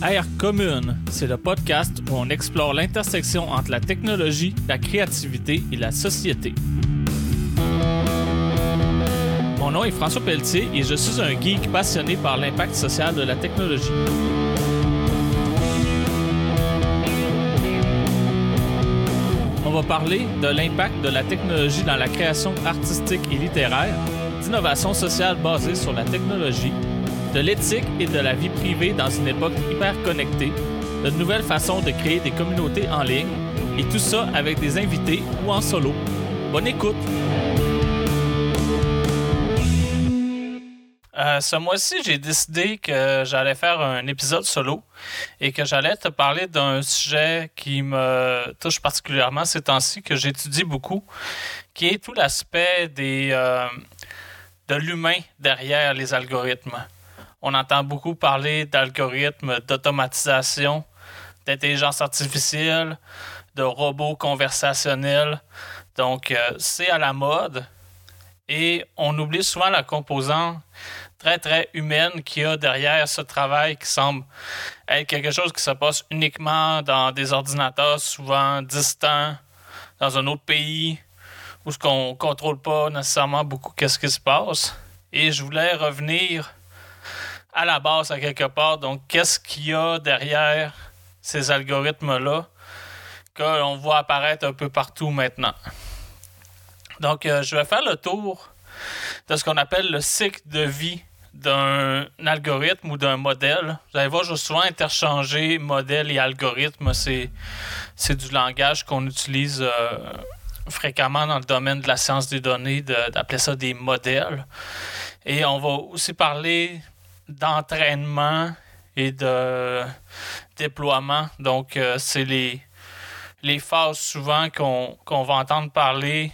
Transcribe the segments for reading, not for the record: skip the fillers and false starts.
Air commune, c'est le podcast où on explore l'intersection entre la technologie, la créativité et la société. Mon nom est François Pelletier et je suis un geek passionné par l'impact social de la technologie. On va parler de l'impact de la technologie dans la création artistique et littéraire, d'innovation sociale basée sur la technologie, de l'éthique et de la vie privée dans une époque hyper connectée, de nouvelles façons de créer des communautés en ligne, et tout ça avec des invités ou en solo. Bonne écoute! Ce mois-ci, j'ai décidé que j'allais faire un épisode solo et que j'allais te parler d'un sujet qui me touche particulièrement ces temps-ci, que j'étudie beaucoup, qui est tout l'aspect de l'humain derrière les algorithmes. On entend beaucoup parler d'algorithmes, d'automatisation, d'intelligence artificielle, de robots conversationnels. Donc, c'est à la mode et on oublie souvent la composante très, très humaine qu'il y a derrière ce travail qui semble être quelque chose qui se passe uniquement dans des ordinateurs souvent distants, dans un autre pays, où ce qu'on ne contrôle pas nécessairement beaucoup qu'est-ce qui se passe. Et je voulais revenir à la base, à quelque part. Donc, qu'est-ce qu'il y a derrière ces algorithmes-là qu'on voit apparaître un peu partout maintenant? Donc, je vais faire le tour de ce qu'on appelle le cycle de vie d'un algorithme ou d'un modèle. Vous allez voir, je vais souvent interchanger modèle et algorithme. C'est du langage qu'on utilise fréquemment dans le domaine de la science des données, d'appeler ça des modèles. Et on va aussi parler d'entraînement et de déploiement. Donc, c'est les phases souvent qu'on va entendre parler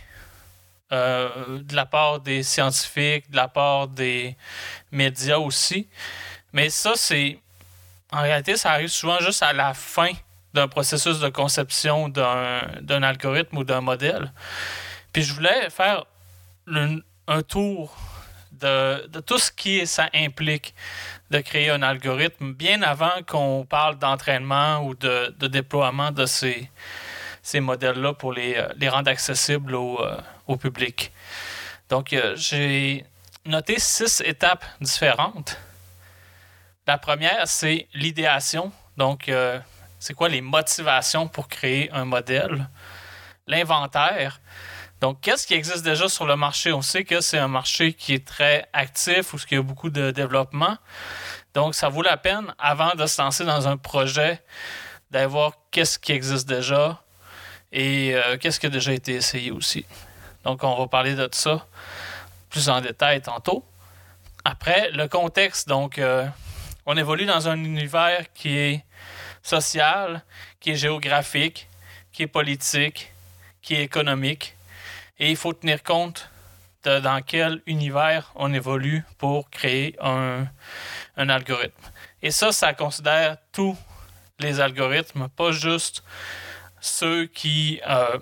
de la part des scientifiques, de la part des médias aussi. Mais ça, en réalité, ça arrive souvent juste à la fin d'un processus de conception d'un algorithme ou d'un modèle. Puis je voulais faire un tour de tout ce qui ça implique de créer un algorithme bien avant qu'on parle d'entraînement ou de déploiement de ces modèles-là pour les rendre accessibles au public. Donc, j'ai noté 6 étapes différentes. La première, c'est l'idéation. Donc, c'est quoi les motivations pour créer un modèle? L'inventaire. Donc, qu'est-ce qui existe déjà sur le marché? On sait que c'est un marché qui est très actif, où il y a beaucoup de développement. Donc, ça vaut la peine, avant de se lancer dans un projet, d'aller voir qu'est-ce qui existe déjà et qu'est-ce qui a déjà été essayé aussi. Donc, on va parler de tout ça plus en détail tantôt. Après, le contexte. Donc, on évolue dans un univers qui est social, qui est géographique, qui est politique, qui est économique. Et il faut tenir compte de dans quel univers on évolue pour créer un algorithme. Et ça considère tous les algorithmes, pas juste ceux qui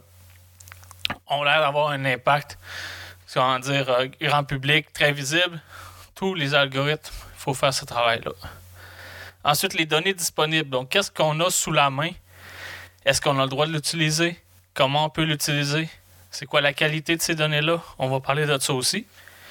ont l'air d'avoir un impact, comment dire, grand public, très visible. Tous les algorithmes, il faut faire ce travail-là. Ensuite, les données disponibles. Donc, qu'est-ce qu'on a sous la main? Est-ce qu'on a le droit de l'utiliser? Comment on peut l'utiliser? C'est quoi la qualité de ces données-là? On va parler de ça aussi.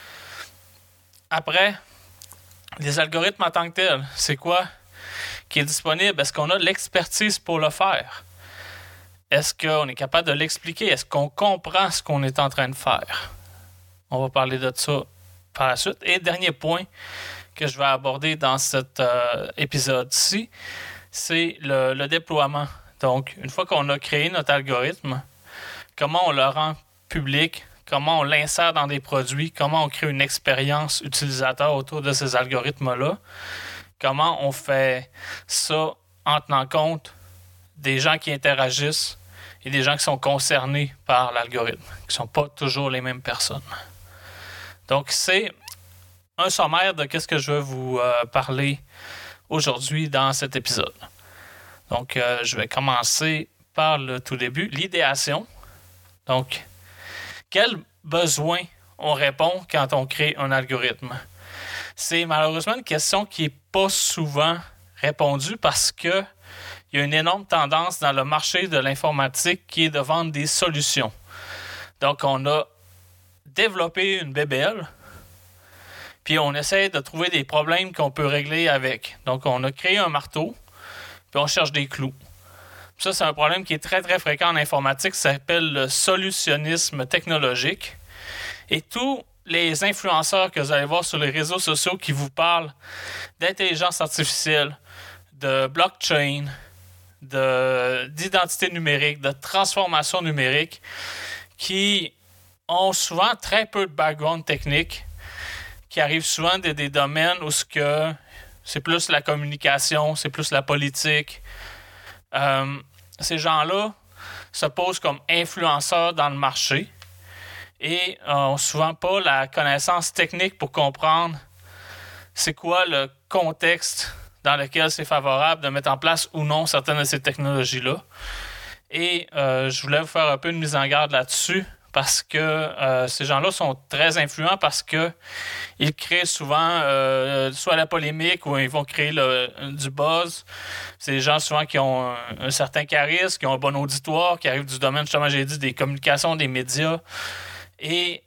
Après, les algorithmes en tant que tels, c'est quoi qui est disponible? Est-ce qu'on a l'expertise pour le faire? Est-ce qu'on est capable de l'expliquer? Est-ce qu'on comprend ce qu'on est en train de faire? On va parler de ça par la suite. Et dernier point que je vais aborder dans cet épisode-ci, c'est le déploiement. Donc, une fois qu'on a créé notre algorithme, comment on le rend public, comment on l'insère dans des produits, comment on crée une expérience utilisateur autour de ces algorithmes-là, comment on fait ça en tenant compte des gens qui interagissent et des gens qui sont concernés par l'algorithme, qui ne sont pas toujours les mêmes personnes. Donc, c'est un sommaire de ce que je vais vous parler aujourd'hui dans cet épisode. Donc, je vais commencer par le tout début, l'idéation. Donc, quels besoins on répond quand on crée un algorithme? C'est malheureusement une question qui n'est pas souvent répondu parce que il y a une énorme tendance dans le marché de l'informatique qui est de vendre des solutions. Donc, on a développé une BBL, puis on essaie de trouver des problèmes qu'on peut régler avec. Donc, on a créé un marteau, puis on cherche des clous. Ça, c'est un problème qui est très, très fréquent en informatique. Ça s'appelle le solutionnisme technologique. Et tous les influenceurs que vous allez voir sur les réseaux sociaux qui vous parlent d'intelligence artificielle, de blockchain, d'identité numérique, de transformation numérique, qui ont souvent très peu de background technique, qui arrivent souvent des domaines où c'est plus la communication, c'est plus la politique. Ces gens-là se posent comme influenceurs dans le marché et n'ont souvent pas la connaissance technique pour comprendre c'est quoi le contexte dans lequel c'est favorable de mettre en place ou non certaines de ces technologies-là. Et je voulais vous faire un peu une mise en garde là-dessus parce que ces gens-là sont très influents parce qu'ils créent souvent soit la polémique ou ils vont créer du buzz. C'est des gens souvent qui ont un certain charisme, qui ont un bon auditoire, qui arrivent du domaine, justement, j'ai dit, des communications, des médias. Et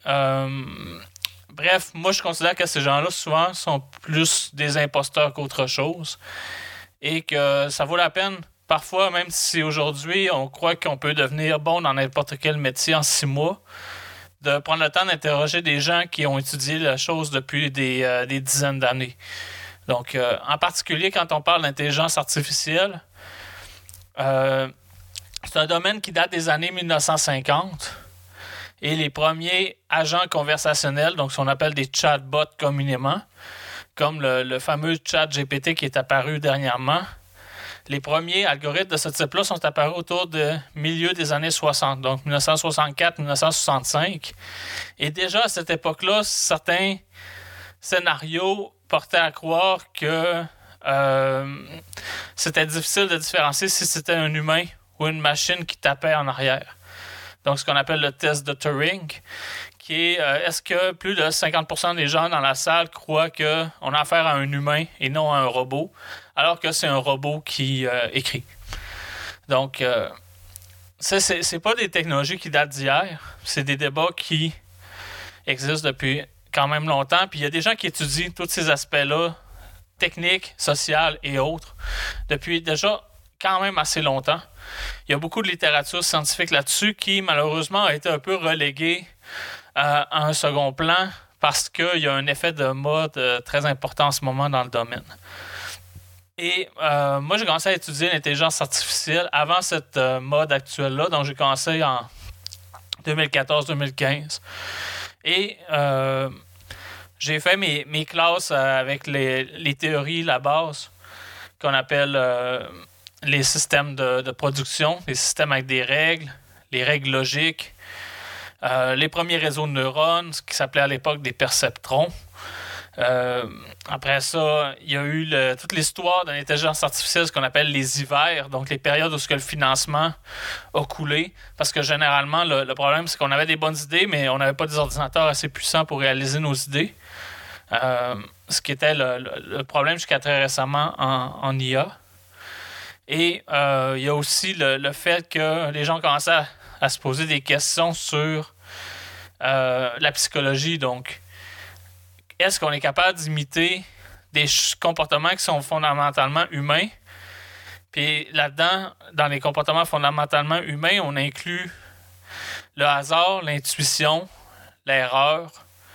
bref, moi, je considère que ces gens-là, souvent, sont plus des imposteurs qu'autre chose. Et que ça vaut la peine, parfois, même si aujourd'hui, on croit qu'on peut devenir bon dans n'importe quel métier en 6 mois, de prendre le temps d'interroger des gens qui ont étudié la chose depuis des dizaines d'années. Donc, en particulier, quand on parle d'intelligence artificielle, c'est un domaine qui date des années 1950. Et les premiers agents conversationnels, donc ce qu'on appelle des chatbots communément, comme le fameux chat GPT qui est apparu dernièrement, les premiers algorithmes de ce type-là sont apparus autour du milieu des années 60, donc 1964-1965. Et déjà à cette époque-là, certains scénarios portaient à croire que c'était difficile de différencier si c'était un humain ou une machine qui tapait en arrière. Donc, ce qu'on appelle le test de Turing, qui est est-ce que plus de 50% des gens dans la salle croient qu'on a affaire à un humain et non à un robot, alors que c'est un robot qui écrit. Donc, c'est pas des technologies qui datent d'hier, c'est des débats qui existent depuis quand même longtemps. Puis il y a des gens qui étudient tous ces aspects-là, techniques, sociaux et autres, depuis déjà quand même assez longtemps. Il y a beaucoup de littérature scientifique là-dessus qui, malheureusement, a été un peu reléguée à un second plan parce qu'il y a un effet de mode très important en ce moment dans le domaine. Et moi, j'ai commencé à étudier l'intelligence artificielle avant cette mode actuelle-là, donc j'ai commencé en 2014-2015. Et j'ai fait mes classes avec les théories, la base, qu'on appelle les systèmes de production, les systèmes avec des règles, les règles logiques, les premiers réseaux de neurones, ce qui s'appelait à l'époque des perceptrons. Après ça, il y a eu toute l'histoire de l'intelligence artificielle, ce qu'on appelle les hivers, donc les périodes où le financement a coulé, parce que généralement, le problème, c'est qu'on avait des bonnes idées, mais on n'avait pas des ordinateurs assez puissants pour réaliser nos idées. Ce qui était le problème jusqu'à très récemment en IA. Et il y a aussi le fait que les gens commençaient à se poser des questions sur la psychologie. Donc, est-ce qu'on est capable d'imiter des comportements qui sont fondamentalement humains? Puis là-dedans, dans les comportements fondamentalement humains, on inclut le hasard, l'intuition, l'erreur,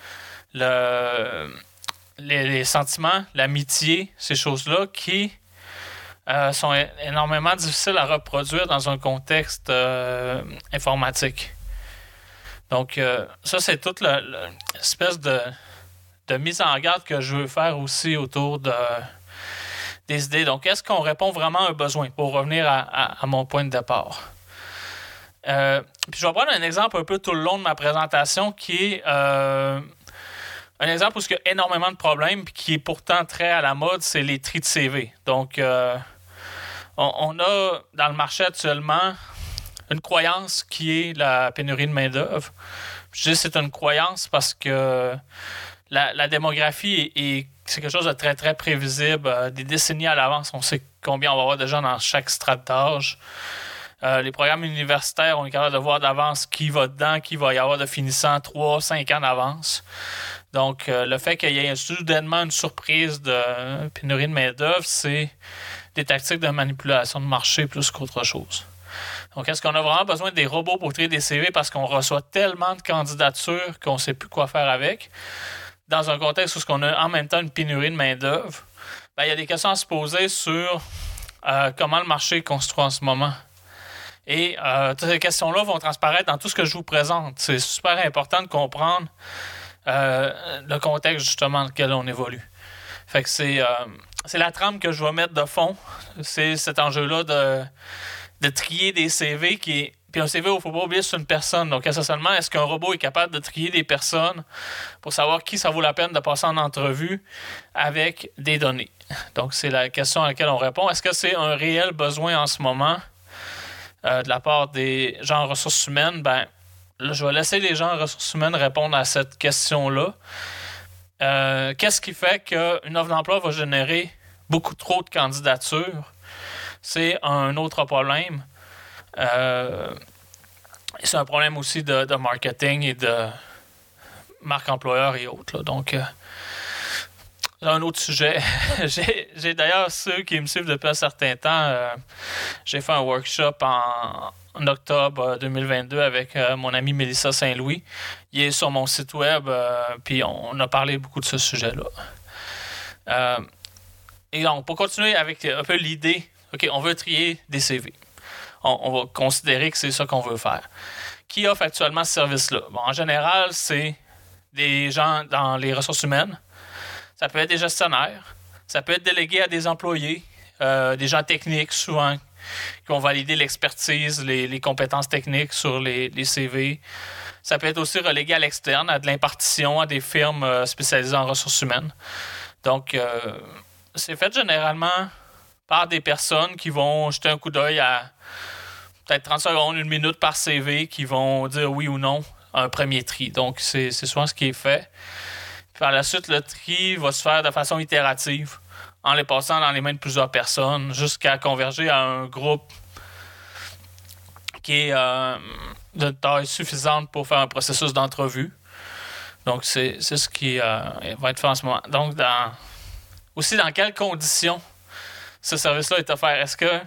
les sentiments, l'amitié, ces choses-là qui sont énormément difficiles à reproduire dans un contexte informatique. Donc, ça, c'est toute l'espèce de mise en garde que je veux faire aussi autour des idées. Donc, est-ce qu'on répond vraiment à un besoin? Pour revenir à mon point de départ. Puis, je vais prendre un exemple un peu tout le long de ma présentation qui est un exemple où il y a énormément de problèmes et qui est pourtant très à la mode, c'est les tris de CV. Donc, on a dans le marché actuellement une croyance qui est la pénurie de main-d'œuvre. Je dis que c'est une croyance parce que la démographie est c'est quelque chose de très, très prévisible. Des décennies à l'avance, on sait combien on va avoir de gens dans chaque strate d'âge. Les programmes universitaires, on est capable de voir d'avance qui va dedans, qui va y avoir de finissant 3-5 ans d'avance. Donc, le fait qu'il y ait soudainement une surprise de pénurie de main-d'œuvre, c'est des tactiques de manipulation de marché plus qu'autre chose. Donc, est-ce qu'on a vraiment besoin des robots pour trier des CV parce qu'on reçoit tellement de candidatures qu'on ne sait plus quoi faire avec? Dans un contexte où on a en même temps une pénurie de main-d'œuvre, il y a des questions à se poser sur comment le marché est construit en ce moment. Et toutes ces questions-là vont transparaître dans tout ce que je vous présente. C'est super important de comprendre le contexte justement dans lequel on évolue. Fait que c'est la trame que je vais mettre de fond. C'est cet enjeu-là de trier des CV qui est. Puis un CV, il ne faut pas oublier, c'est une personne. Donc, essentiellement, est-ce qu'un robot est capable de trier des personnes pour savoir qui ça vaut la peine de passer en entrevue avec des données? Donc, c'est la question à laquelle on répond. Est-ce que c'est un réel besoin en ce moment de la part des gens en ressources humaines? Là, je vais laisser les gens en ressources humaines répondre à cette question-là. Qu'est-ce qui fait qu'une offre d'emploi va générer beaucoup trop de candidatures? C'est un autre problème. C'est un problème aussi de marketing et de marque employeur et autres. Là. Donc, c'est un autre sujet. j'ai d'ailleurs, ceux qui me suivent depuis un certain temps, j'ai fait un workshop en octobre 2022 avec mon amie Mélissa Saint-Louis. Il est sur mon site web, puis on a parlé beaucoup de ce sujet-là. Et donc, pour continuer avec un peu l'idée, OK, on veut trier des CV. On va considérer que c'est ça qu'on veut faire. Qui offre actuellement ce service-là? Bon, en général, c'est des gens dans les ressources humaines. Ça peut être des gestionnaires. Ça peut être délégué à des employés, des gens techniques souvent qui vont valider l'expertise, les compétences techniques sur les CV. Ça peut être aussi relégué à l'externe, à de l'impartition, à des firmes spécialisées en ressources humaines. Donc, c'est fait généralement par des personnes qui vont jeter un coup d'œil à peut-être 30 secondes, 1 minute par CV, qui vont dire oui ou non à un premier tri. Donc, c'est souvent ce qui est fait. Puis par la suite, le tri va se faire de façon itérative, en les passant dans les mains de plusieurs personnes, jusqu'à converger à un groupe qui est de taille suffisante pour faire un processus d'entrevue. Donc, c'est ce qui va être fait en ce moment. Donc, aussi, dans quelles conditions ce service-là est offert? Est-ce que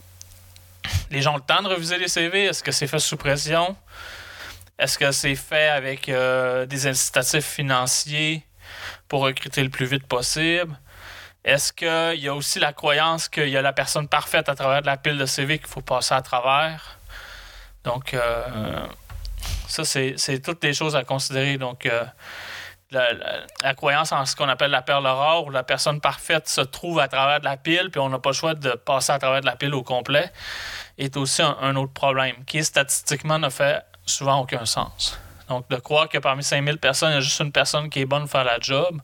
les gens ont le temps de reviser les CV? Est-ce que c'est fait sous pression? Est-ce que c'est fait avec des incitatifs financiers pour recruter le plus vite possible? Est-ce qu'il y a aussi la croyance qu'il y a la personne parfaite à travers de la pile de CV qu'il faut passer à travers? Donc, ça, c'est toutes des choses à considérer. Donc, la croyance en ce qu'on appelle la perle rare, où la personne parfaite se trouve à travers de la pile, puis on n'a pas le choix de passer à travers de la pile au complet, est aussi un autre problème, qui statistiquement ne fait souvent aucun sens. Donc, de croire que parmi 5000 personnes, il y a juste une personne qui est bonne pour faire la job,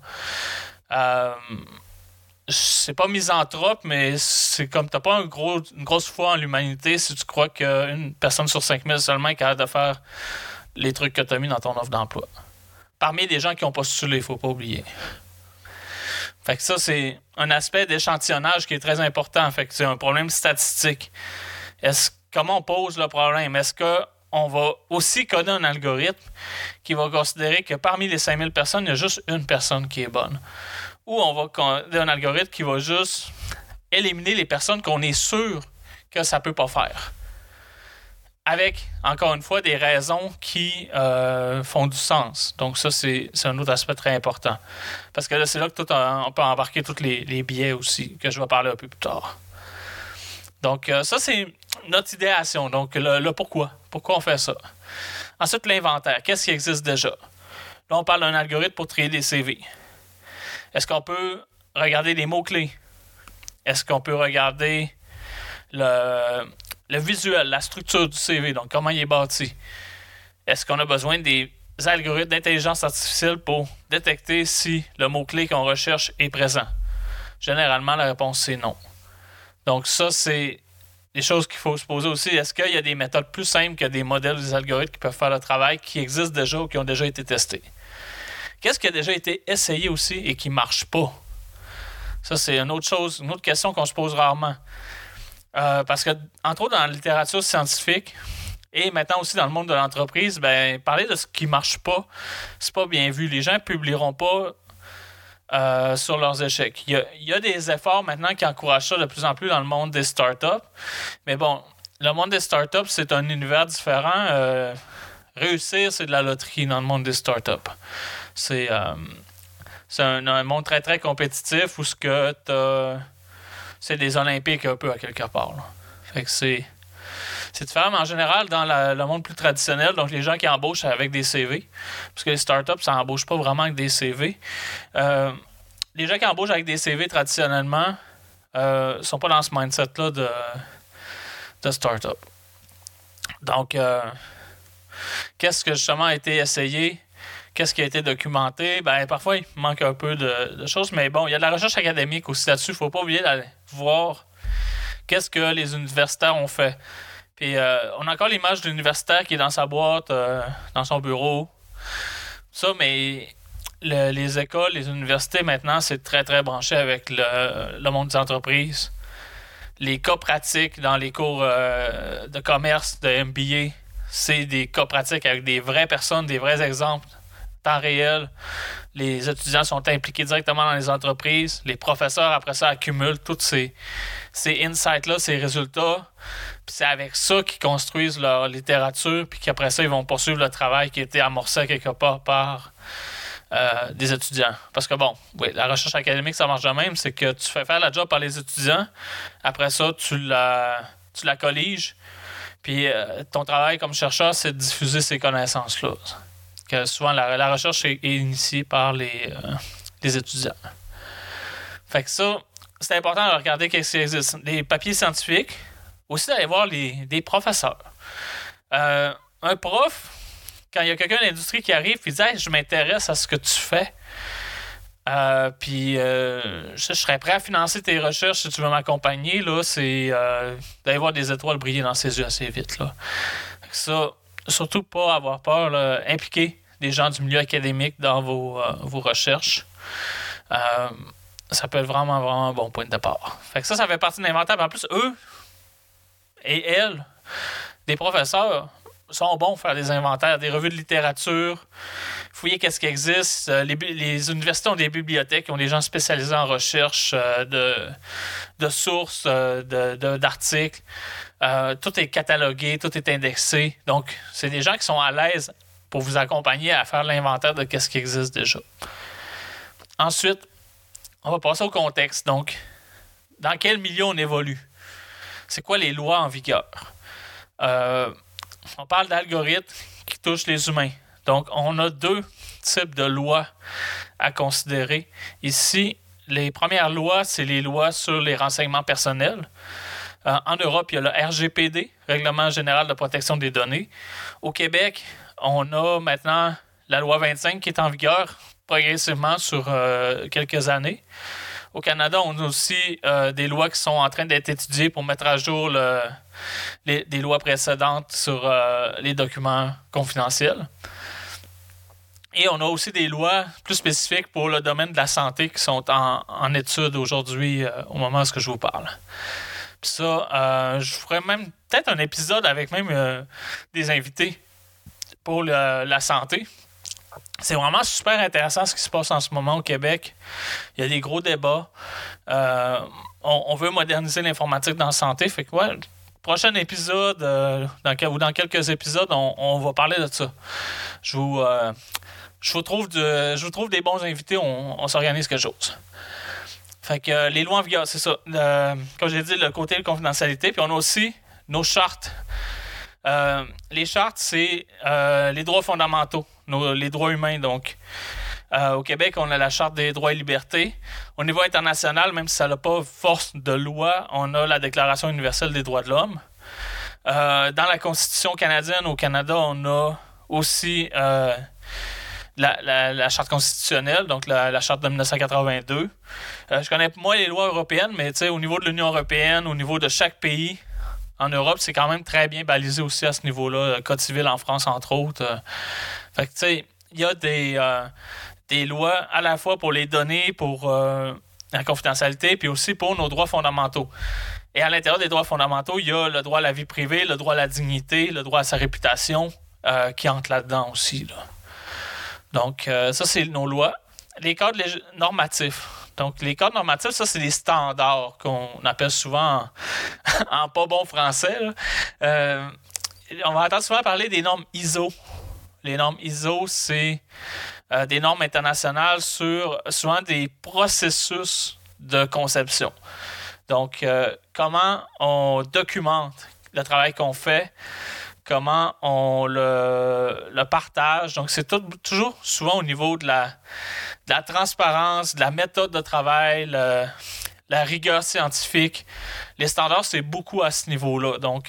c'est pas misanthrope, mais c'est comme t'as pas une grosse foi en l'humanité si tu crois qu'une personne sur 5000 seulement est capable de faire les trucs que tu as mis dans ton offre d'emploi. Parmi les gens qui ont postulé, il ne faut pas oublier. Fait que ça, c'est un aspect d'échantillonnage qui est très important. Fait que c'est un problème statistique. Comment on pose le problème? Est-ce qu'on va aussi coder un algorithme qui va considérer que parmi les 5000 personnes, il y a juste une personne qui est bonne? Ou on va coder un algorithme qui va juste éliminer les personnes qu'on est sûr que ça ne peut pas faire? Avec, encore une fois, des raisons qui font du sens. Donc ça, c'est un autre aspect très important. Parce que là, c'est là que on peut embarquer tous les biais aussi, que je vais parler un peu plus tard. Donc ça, c'est notre idéation. Donc le pourquoi. Pourquoi on fait ça? Ensuite, l'inventaire. Qu'est-ce qui existe déjà? Là, on parle d'un algorithme pour trier des CV. Est-ce qu'on peut regarder les mots-clés? Est-ce qu'on peut regarder le visuel, la structure du CV, donc comment il est bâti? Est-ce qu'on a besoin des algorithmes d'intelligence artificielle pour détecter si le mot-clé qu'on recherche est présent? Généralement, la réponse, c'est non. Donc ça, c'est des choses qu'il faut se poser aussi. Est-ce qu'il y a des méthodes plus simples que des modèles ou des algorithmes qui peuvent faire le travail qui existent déjà ou qui ont déjà été testés? Qu'est-ce qui a déjà été essayé aussi et qui ne marche pas? Ça, c'est une autre chose, une autre question qu'on se pose rarement. Parce que, entre autres, dans la littérature scientifique et maintenant aussi dans le monde de l'entreprise, ben, parler de ce qui ne marche pas, c'est pas bien vu. Les gens ne publieront pas sur leurs échecs. Il y a des efforts maintenant qui encouragent ça de plus en plus dans le monde des startups. Mais bon, le monde des startups, c'est un univers différent. Réussir, c'est de la loterie dans le monde des startups. C'est un monde très, très compétitif où c'est des Olympiques un peu à quelque part. Là. Fait que c'est différent, mais en général, dans le monde plus traditionnel, donc les gens qui embauchent avec des CV, parce que les startups, ça n'embauche pas vraiment avec des CV. Les gens qui embauchent avec des CV traditionnellement sont pas dans ce mindset-là de startup. Donc, qu'est-ce que justement a été essayé? Qu'est-ce qui a été documenté? Ben, parfois, il manque un peu de choses, mais bon, il y a de la recherche académique aussi là-dessus. Il ne faut pas oublier d'aller voir qu'est-ce que les universitaires ont fait. Puis, on a encore l'image de l'universitaire qui est dans sa boîte, dans son bureau. Ça, mais les écoles, les universités, maintenant, c'est très, très branché avec le monde des entreprises. Les cas pratiques dans les cours de commerce, de MBA, c'est des cas pratiques avec des vraies personnes, des vrais exemples, temps réel. Les étudiants sont impliqués directement dans les entreprises. Les professeurs, après ça, accumulent tous ces insights-là, ces résultats. Puis c'est avec ça qu'ils construisent leur littérature, puis qu'après ça, ils vont poursuivre le travail qui a été amorcé quelque part par des étudiants. Parce que bon, oui, la recherche académique, ça marche de même, c'est que tu fais faire la job par les étudiants. Après ça, tu la colliges. Puis ton travail comme chercheur, c'est de diffuser ces connaissances-là. Que souvent, la recherche est initiée par les étudiants. Fait que ça, c'est important de regarder qu'est-ce qui existe. Les papiers scientifiques, aussi d'aller voir des professeurs. Un prof, quand il y a quelqu'un de l'industrie qui arrive et dit hey, « je m'intéresse à ce que tu fais, puis je serais prêt à financer tes recherches si tu veux m'accompagner », là, c'est d'aller voir des étoiles briller dans ses yeux assez vite. Là. Ça, surtout pas avoir peur, là, impliquer des gens du milieu académique dans vos recherches. Ça peut être vraiment, vraiment un bon point de départ. Fait que ça fait partie de l'inventaire. En plus, eux et elles, des professeurs, sont bons pour faire des inventaires, des revues de littérature, fouiller qu'est-ce qui existe. Les universités ont des bibliothèques, ont des gens spécialisés en recherche de sources, d'articles. Tout est catalogué, tout est indexé. Donc, c'est des gens qui sont à l'aise pour vous accompagner à faire l'inventaire de qu'est-ce qui existe déjà. Ensuite, on va passer au contexte. Donc, dans quel milieu on évolue? C'est quoi les lois en vigueur? On parle d'algorithmes qui touchent les humains. Donc, on a deux types de lois à considérer. Ici, les premières lois, c'est les lois sur les renseignements personnels. En Europe, il y a le RGPD, Règlement général de protection des données. Au Québec, on a maintenant la loi 25 qui est en vigueur progressivement sur quelques années. Au Canada, on a aussi des lois qui sont en train d'être étudiées pour mettre à jour des lois précédentes sur les documents confidentiels. Et on a aussi des lois plus spécifiques pour le domaine de la santé qui sont en étude aujourd'hui au moment où je vous parle. Puis ça, je ferais même peut-être un épisode avec même des invités pour la santé. C'est vraiment super intéressant ce qui se passe en ce moment au Québec. Il y a des gros débats. On veut moderniser l'informatique dans la santé. Fait que ouais, prochain épisode, ou dans quelques épisodes, on va parler de ça. Je vous trouve des bons invités. On s'organise quelque chose. Fait que les lois en vigueur, c'est ça. Comme j'ai dit, le côté de confidentialité. Puis on a aussi nos chartes. Les chartes, c'est les droits fondamentaux, les droits humains. Donc, au Québec, on a la Charte des droits et libertés. Au niveau international, même si ça n'a pas force de loi, on a la Déclaration universelle des droits de l'homme. Dans la Constitution canadienne, au Canada, on a aussi la Charte constitutionnelle, donc la Charte de 1982. Je connais moins les lois européennes, mais au niveau de l'Union européenne, au niveau de chaque pays, en Europe, c'est quand même très bien balisé aussi à ce niveau-là. Le Code civil en France, entre autres. Fait que, il y a des lois à la fois pour les données, pour la confidentialité, puis aussi pour nos droits fondamentaux. Et à l'intérieur des droits fondamentaux, il y a le droit à la vie privée, le droit à la dignité, le droit à sa réputation qui entrent là-dedans aussi. Là. Donc, ça, c'est nos lois. Les cadres normatifs. Donc, les cadres normatifs, ça, c'est des standards qu'on appelle souvent en pas bon français. On va entendre souvent parler des normes ISO. Les normes ISO, c'est des normes internationales sur souvent des processus de conception. Donc, comment on documente le travail qu'on fait, comment on le partage. Donc, c'est toujours souvent au niveau de la transparence, de la méthode de travail, la rigueur scientifique. Les standards, c'est beaucoup à ce niveau-là. Donc,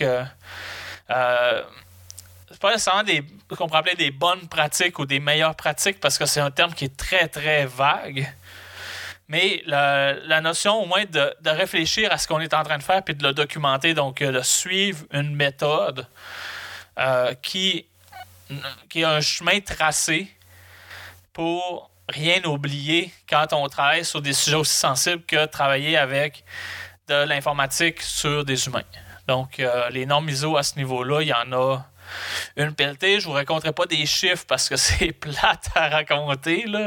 c'est pas nécessairement ce qu'on pourrait appeler des bonnes pratiques ou des meilleures pratiques parce que c'est un terme qui est très, très vague. Mais la notion au moins de réfléchir à ce qu'on est en train de faire puis de le documenter, donc de suivre une méthode qui a un chemin tracé pour rien oublier quand on travaille sur des sujets aussi sensibles que travailler avec de l'informatique sur des humains. Donc, les normes ISO à ce niveau-là, il y en a une pelletée. Je ne vous raconterai pas des chiffres parce que c'est plate à raconter. Là.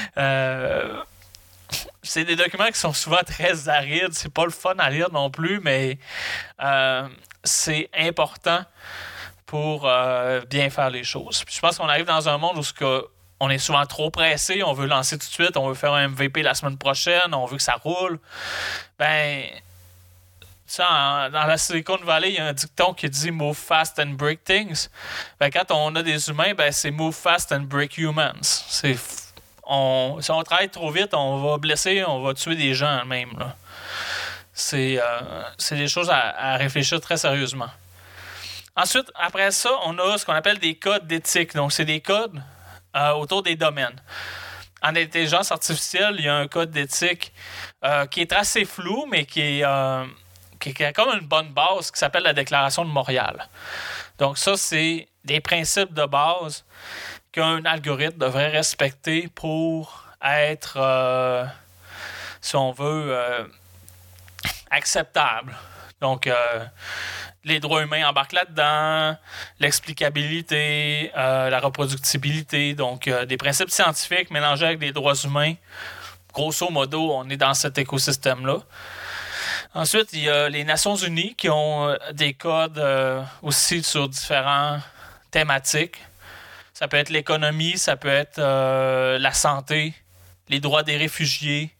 C'est des documents qui sont souvent très arides. C'est pas le fun à lire non plus, mais c'est important pour bien faire les choses. Puis je pense qu'on arrive dans un monde où on est souvent trop pressé, on veut lancer tout de suite, on veut faire un MVP la semaine prochaine, on veut que ça roule. Ben, ça, dans la Silicon Valley, il y a un dicton qui dit "Move fast and break things". Ben, quand on a des humains, ben, c'est "Move fast and break humans". Si on travaille trop vite, on va blesser, on va tuer des gens même. Là. C'est des choses à réfléchir très sérieusement. Ensuite, après ça, on a ce qu'on appelle des codes d'éthique. Donc, c'est des codes autour des domaines. En intelligence artificielle, il y a un code d'éthique qui est assez flou, mais qui a comme une bonne base qui s'appelle la Déclaration de Montréal. Donc, ça, c'est des principes de base qu'un algorithme devrait respecter pour être, si on veut, acceptable. Donc, les droits humains embarquent là-dedans, l'explicabilité, la reproductibilité, donc des principes scientifiques mélangés avec des droits humains. Grosso modo, on est dans cet écosystème-là. Ensuite, il y a les Nations unies qui ont des codes aussi sur différentes thématiques. Ça peut être l'économie, ça peut être la santé, les droits des réfugiés,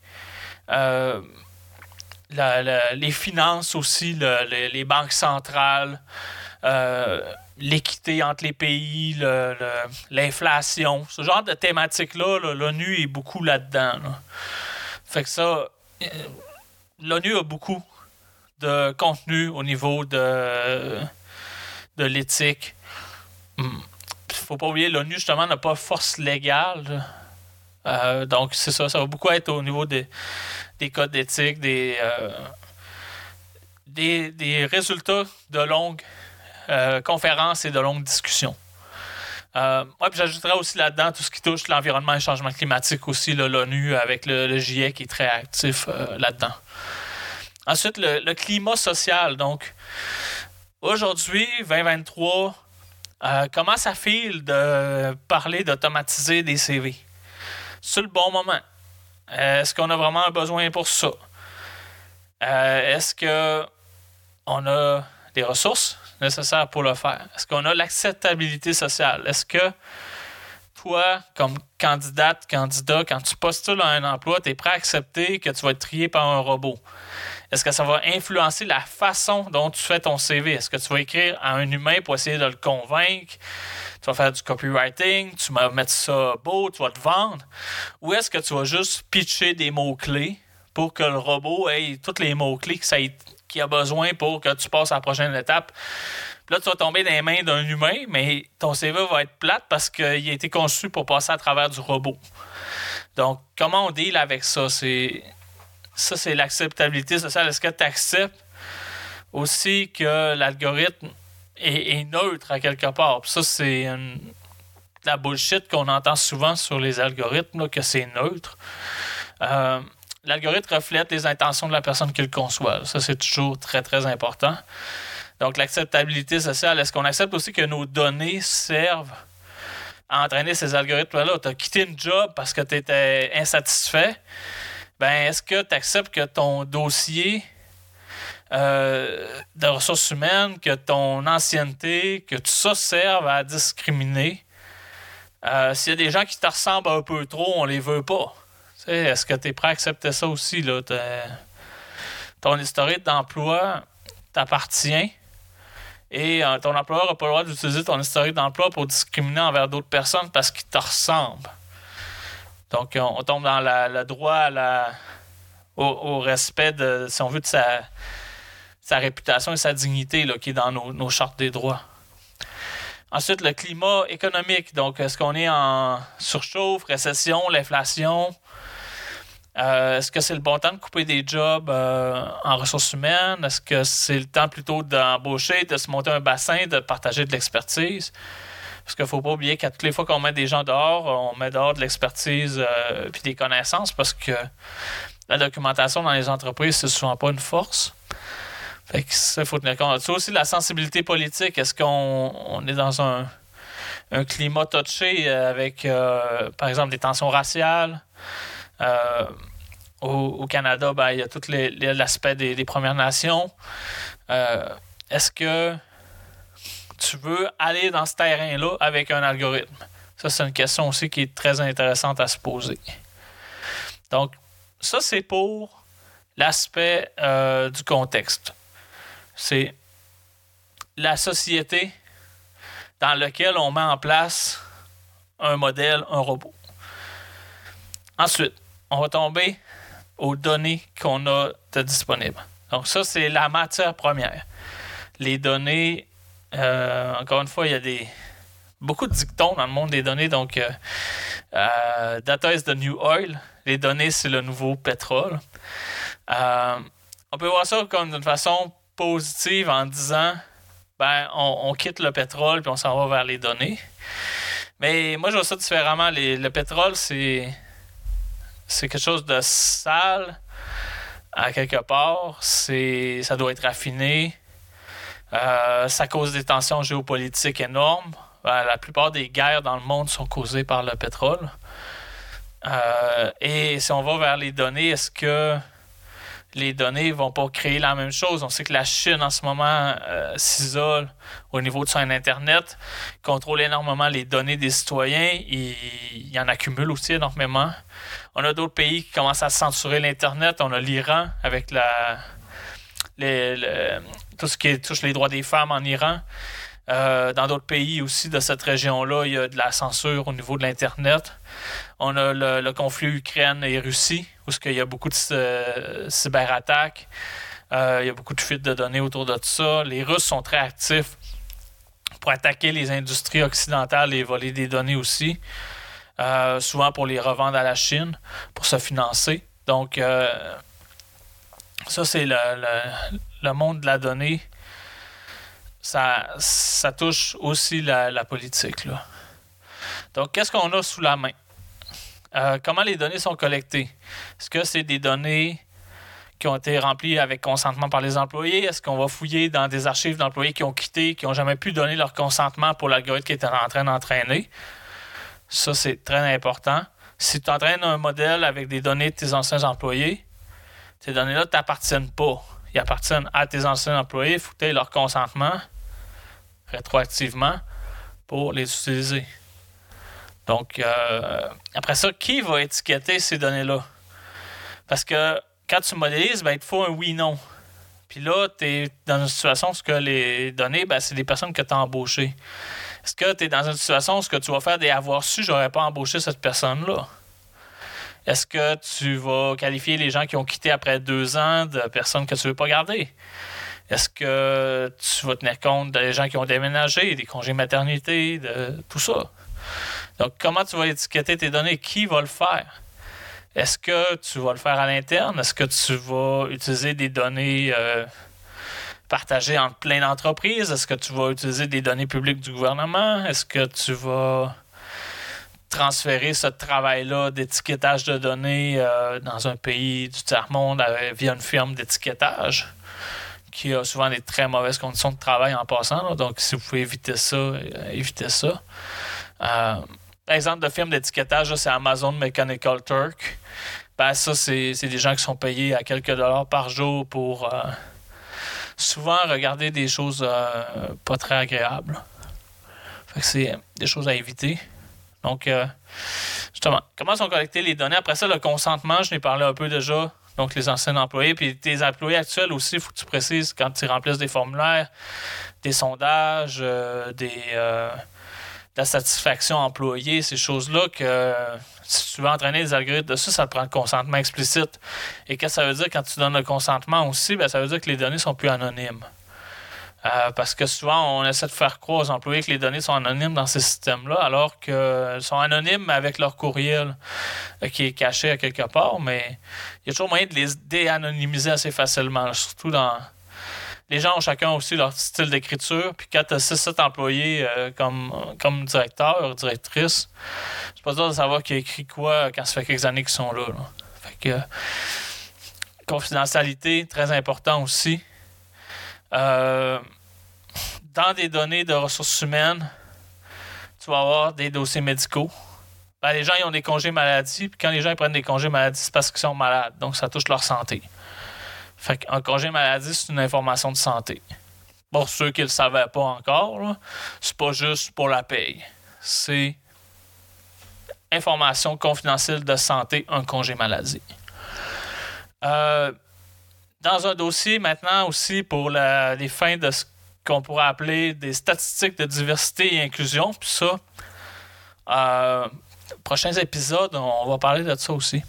les finances aussi, les banques centrales, l'équité entre les pays, l'inflation. Ce genre de thématiques-là, l'ONU est beaucoup là-dedans. Là. Fait que ça, l'ONU a beaucoup de contenu au niveau de l'éthique. Faut pas oublier, l'ONU, justement, n'a pas force légale. Donc, c'est ça. Ça va beaucoup être au niveau des codes d'éthique, des résultats de longues conférences et de longues discussions. Puis j'ajouterais aussi là-dedans tout ce qui touche l'environnement et le changement climatique aussi, là, l'ONU avec le GIEC qui est très actif là-dedans. Ensuite, le climat social. Donc, aujourd'hui, 2023, comment ça file de parler d'automatiser des CV? C'est le bon moment. Est-ce qu'on a vraiment un besoin pour ça? Est-ce qu'on a des ressources nécessaires pour le faire? Est-ce qu'on a l'acceptabilité sociale? Est-ce que toi, comme candidat, quand tu postules à un emploi, tu es prêt à accepter que tu vas être trié par un robot? Est-ce que ça va influencer la façon dont tu fais ton CV? Est-ce que tu vas écrire à un humain pour essayer de le convaincre? Tu vas faire du copywriting, tu vas mettre ça beau, tu vas te vendre? Ou est-ce que tu vas juste pitcher des mots-clés pour que le robot ait tous les mots-clés qu'il a besoin pour que tu passes à la prochaine étape? Puis là, tu vas tomber dans les mains d'un humain, mais ton CV va être plate parce qu'il a été conçu pour passer à travers du robot. Donc, comment on deal avec ça? C'est l'acceptabilité sociale. Est-ce que tu acceptes aussi que l'algorithme est neutre à quelque part? Puis ça, c'est la bullshit qu'on entend souvent sur les algorithmes, là, que c'est neutre. l'algorithme reflète les intentions de la personne qui le conçoit. Ça, c'est toujours très, très important. Donc, l'acceptabilité sociale, est-ce qu'on accepte aussi que nos données servent à entraîner ces algorithmes-là? Tu as quitté une job parce que tu étais insatisfait. Ben, est-ce que tu acceptes que ton dossier de ressources humaines, que ton ancienneté, que tout ça serve à discriminer? S'il y a des gens qui te ressemblent un peu trop, on les veut pas. T'sais, est-ce que tu es prêt à accepter ça aussi? Là? Ton historique d'emploi t'appartient et ton employeur n'a pas le droit d'utiliser ton historique d'emploi pour discriminer envers d'autres personnes parce qu'ils te ressemblent. Donc, on tombe dans le droit au respect, si on veut, de sa réputation et sa dignité là, qui est dans nos chartes des droits. Ensuite, le climat économique. Donc, est-ce qu'on est en surchauffe, récession, l'inflation? Est-ce que c'est le bon temps de couper des jobs en ressources humaines? Est-ce que c'est le temps plutôt d'embaucher, de se monter un bassin, de partager de l'expertise? Parce qu'il ne faut pas oublier qu'à toutes les fois qu'on met des gens dehors, on met dehors de l'expertise puis des connaissances parce que la documentation dans les entreprises, c'est souvent pas une force. Fait que ça, il faut tenir compte de ça. Aussi, la sensibilité politique. Est-ce qu'on est dans un climat touché avec, par exemple, des tensions raciales? Au Canada, ben, il y a tout l'aspect des Premières Nations. Est-ce que tu veux aller dans ce terrain-là avec un algorithme? Ça, c'est une question aussi qui est très intéressante à se poser. Donc, ça, c'est pour l'aspect du contexte. C'est la société dans laquelle on met en place un modèle, un robot. Ensuite, on va tomber aux données qu'on a de disponibles. Donc ça, c'est la matière première. Les données, encore une fois, il y a beaucoup de dictons dans le monde des données. Donc, data is the new oil. Les données, c'est le nouveau pétrole. On peut voir ça comme d'une façon positive en disant ben on quitte le pétrole puis on s'en va vers les données. Mais moi, je vois ça différemment. Le pétrole, c'est quelque chose de sale à quelque part. Ça doit être raffiné. Ça cause des tensions géopolitiques énormes. La plupart des guerres dans le monde sont causées par le pétrole. Et si on va vers les données, est-ce que les données ne vont pas créer la même chose? On sait que la Chine, en ce moment, s'isole au niveau de son Internet, contrôle énormément les données des citoyens. Il y en accumule aussi énormément. On a d'autres pays qui commencent à censurer l'Internet. On a l'Iran avec tout ce qui touche les droits des femmes en Iran. Dans d'autres pays aussi de cette région-là, il y a de la censure au niveau de l'Internet. On a le conflit Ukraine et Russie, où il y a beaucoup de cyberattaques. Il y a beaucoup de fuites de données autour de tout ça. Les Russes sont très actifs pour attaquer les industries occidentales et voler des données aussi. Souvent pour les revendre à la Chine, pour se financer. Donc, ça, c'est le monde de la donnée. Ça touche aussi la politique, là. Donc, qu'est-ce qu'on a sous la main? Comment les données sont collectées? Est-ce que c'est des données qui ont été remplies avec consentement par les employés? Est-ce qu'on va fouiller dans des archives d'employés qui ont quitté, qui n'ont jamais pu donner leur consentement pour l'algorithme qui était en train d'entraîner? Ça, c'est très important. Si tu entraînes un modèle avec des données de tes anciens employés, ces données-là ne t'appartiennent pas. Ils appartiennent à tes anciens employés. Il faut que tu aies leur consentement rétroactivement pour les utiliser. Donc, après ça, qui va étiqueter ces données-là? Parce que quand tu modélises, ben, il te faut un oui-non. Puis là, tu es dans une situation où les données, ben, c'est des personnes que tu as embauchées. Est-ce que tu es dans une situation où tu vas faire des avoir su, j'aurais pas embauché cette personne-là? Est-ce que tu vas qualifier les gens qui ont quitté après 2 ans de personnes que tu ne veux pas garder? Est-ce que tu vas tenir compte des gens qui ont déménagé, des congés maternité, de tout ça? Donc, comment tu vas étiqueter tes données? Qui va le faire? Est-ce que tu vas le faire à l'interne? Est-ce que tu vas utiliser des données partagées entre plein d'entreprises? Est-ce que tu vas utiliser des données publiques du gouvernement? Est-ce que tu vas transférer ce travail-là d'étiquetage de données dans un pays du tiers-monde via une firme d'étiquetage qui a souvent des très mauvaises conditions de travail en passant. Là. Donc, si vous pouvez éviter ça, évitez ça. Exemple de firme d'étiquetage, là, c'est Amazon Mechanical Turk. Ben, ça, c'est des gens qui sont payés à quelques dollars par jour pour souvent regarder des choses pas très agréables. Fait que c'est des choses à éviter. Donc, justement, comment sont collectées les données? Après ça, le consentement, je n'ai parlé un peu déjà. Donc, les anciens employés. Puis tes employés actuels aussi, il faut que tu précises quand tu remplisses des formulaires, des sondages, de la satisfaction employée, ces choses-là que si tu veux entraîner des algorithmes dessus, ça te prend le consentement explicite. Et qu'est-ce que ça veut dire quand tu donnes le consentement aussi? Bien, ça veut dire que les données sont plus anonymes. Parce que souvent, on essaie de faire croire aux employés que les données sont anonymes dans ces systèmes-là, alors qu'elles sont anonymes avec leur courriel qui est caché à quelque part, mais il y a toujours moyen de les déanonymiser assez facilement, surtout dans... Les gens ont chacun aussi leur style d'écriture, puis quand tu as 6-7 employés comme directeur ou directrice, c'est pas dur de savoir qui a écrit quoi quand ça fait quelques années qu'ils sont là. Fait que confidentialité, très important aussi. Dans des données de ressources humaines, tu vas avoir des dossiers médicaux. Ben, les gens ils ont des congés maladie, puis quand les gens ils prennent des congés maladie, c'est parce qu'ils sont malades, donc ça touche leur santé. Fait qu'un congé maladie, c'est une information de santé. Pour ceux qui ne le savaient pas encore, là, c'est pas juste pour la paye. C'est information confidentielle de santé, un congé maladie. Dans un dossier maintenant aussi pour les fins de ce qu'on pourrait appeler des statistiques de diversité et inclusion, puis ça, prochains épisodes, on va parler de ça aussi.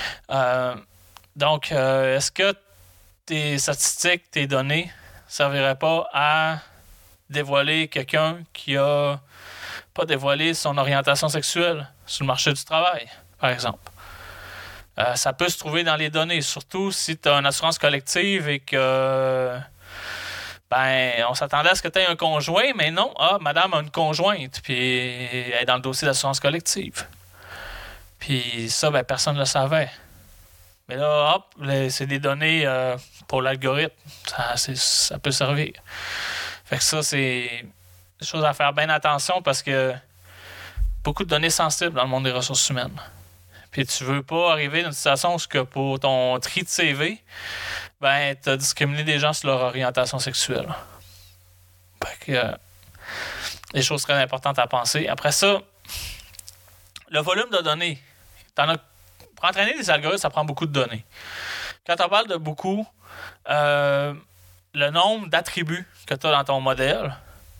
Donc, est-ce que tes statistiques, tes données ne serviraient pas à dévoiler quelqu'un qui a pas dévoilé son orientation sexuelle sur le marché du travail, par exemple? Ça peut se trouver dans les données, surtout si tu as une assurance collective et que on s'attendait à ce que tu aies un conjoint, mais non, madame a une conjointe, puis elle est dans le dossier d'assurance collective. Puis ça, personne ne le savait. Mais là, hop, c'est des données pour l'algorithme. Ça peut servir. Fait que ça, c'est des choses à faire bien attention parce que beaucoup de données sensibles dans le monde des ressources humaines. Puis tu veux pas arriver dans une situation où pour ton tri de CV, tu as discriminé des gens sur leur orientation sexuelle. Fait que des choses très importantes à penser. Après ça, le volume de données. Pour entraîner des algorithmes, ça prend beaucoup de données. Quand on parle de beaucoup, le nombre d'attributs que tu as dans ton modèle,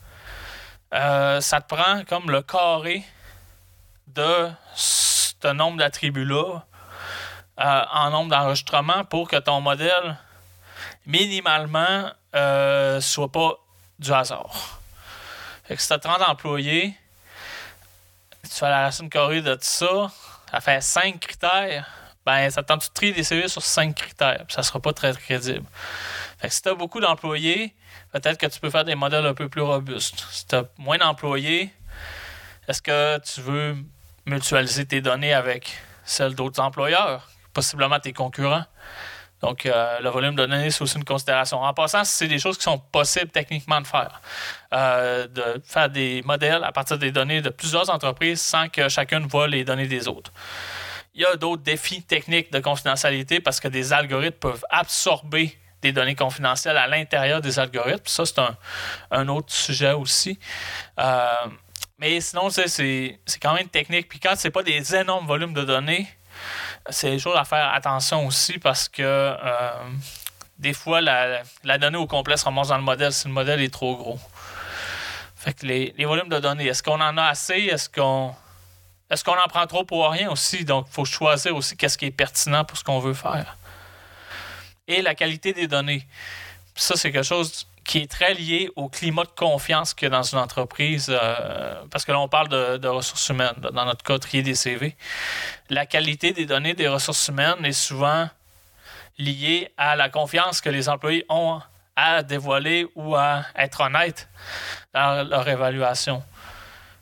ça te prend comme le carré de ce nombre d'attributs-là en nombre d'enregistrements pour que ton modèle, minimalement, soit pas du hasard. Fait que si tu as 30 employés, tu fais la racine carrée de tout ça, ça fait 5 critères, ça tente de trier des CV sur 5 critères, puis ça sera pas très crédible. Fait que si tu as beaucoup d'employés, peut-être que tu peux faire des modèles un peu plus robustes. Si tu as moins d'employés, est-ce que tu veux mutualiser tes données avec celles d'autres employeurs, possiblement tes concurrents? Donc, le volume de données, c'est aussi une considération. En passant, c'est des choses qui sont possibles techniquement de faire. De faire des modèles à partir des données de plusieurs entreprises sans que chacun voit les données des autres. Il y a d'autres défis techniques de confidentialité parce que des algorithmes peuvent absorber des données confidentielles à l'intérieur des algorithmes. Ça, c'est un autre sujet aussi. Mais sinon, c'est quand même technique. Puis quand c'est pas des énormes volumes de données, c'est des choses à faire attention aussi parce que des fois, la donnée au complet se ramasse dans le modèle si le modèle est trop gros. Fait que les volumes de données, est-ce qu'on en a assez? Est-ce qu'on en prend trop pour rien aussi? Donc, il faut choisir aussi qu'est-ce qui est pertinent pour ce qu'on veut faire. Et la qualité des données. Ça, c'est quelque chose qui est très lié au climat de confiance qu'il y a dans une entreprise, parce que là, on parle de ressources humaines, dans notre cas, trier des CV. La qualité des données des ressources humaines est souvent liée à la confiance que les employés ont à dévoiler ou à être honnêtes dans leur évaluation.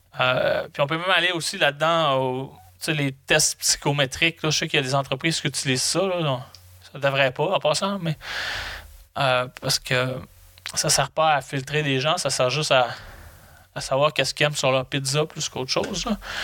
Puis on peut même aller aussi là-dedans les tests psychométriques. Là, je sais qu'il y a des entreprises qui utilisent ça. Là, donc, ça ne devrait pas, en passant, mais parce que ça ne sert pas à filtrer des gens, ça sert juste à savoir qu'est-ce qu'ils aiment sur leur pizza plus qu'autre chose.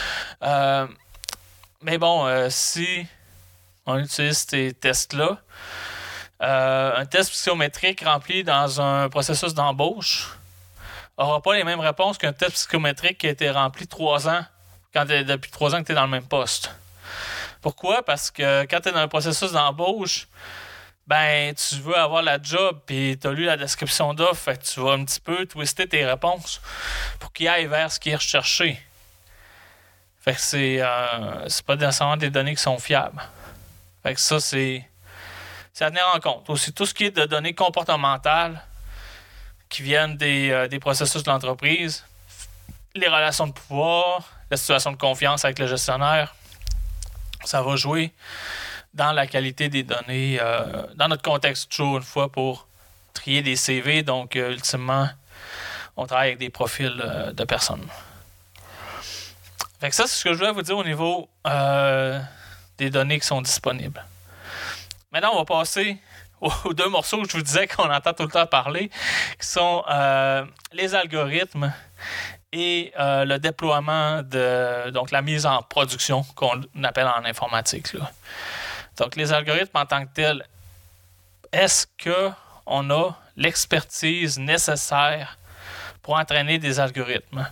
Mais bon, si on utilise ces tests-là, un test psychométrique rempli dans un processus d'embauche n'aura pas les mêmes réponses qu'un test psychométrique qui a été rempli 3 ans, depuis 3 ans que tu es dans le même poste. Pourquoi? Parce que quand tu es dans un processus d'embauche, ben tu veux avoir la job, puis tu as lu la description d'offre, fait que tu vas un petit peu twister tes réponses pour qu'ils aillent vers ce qui est recherché. Fait que c'est pas nécessairement des données qui sont fiables. Fait que ça, c'est à tenir en compte. Aussi, tout ce qui est de données comportementales qui viennent des processus de l'entreprise, les relations de pouvoir, la situation de confiance avec le gestionnaire, ça va jouer dans la qualité des données, dans notre contexte, toujours une fois, pour trier des CV. Donc, ultimement, on travaille avec des profils de personnes. Fait que ça, c'est ce que je voulais vous dire au niveau des données qui sont disponibles. Maintenant, on va passer aux 2 morceaux que je vous disais qu'on entend tout le temps parler, qui sont les algorithmes et le déploiement donc la mise en production qu'on appelle en informatique. Là. Donc, les algorithmes en tant que tels, est-ce qu'on a l'expertise nécessaire pour entraîner des algorithmes?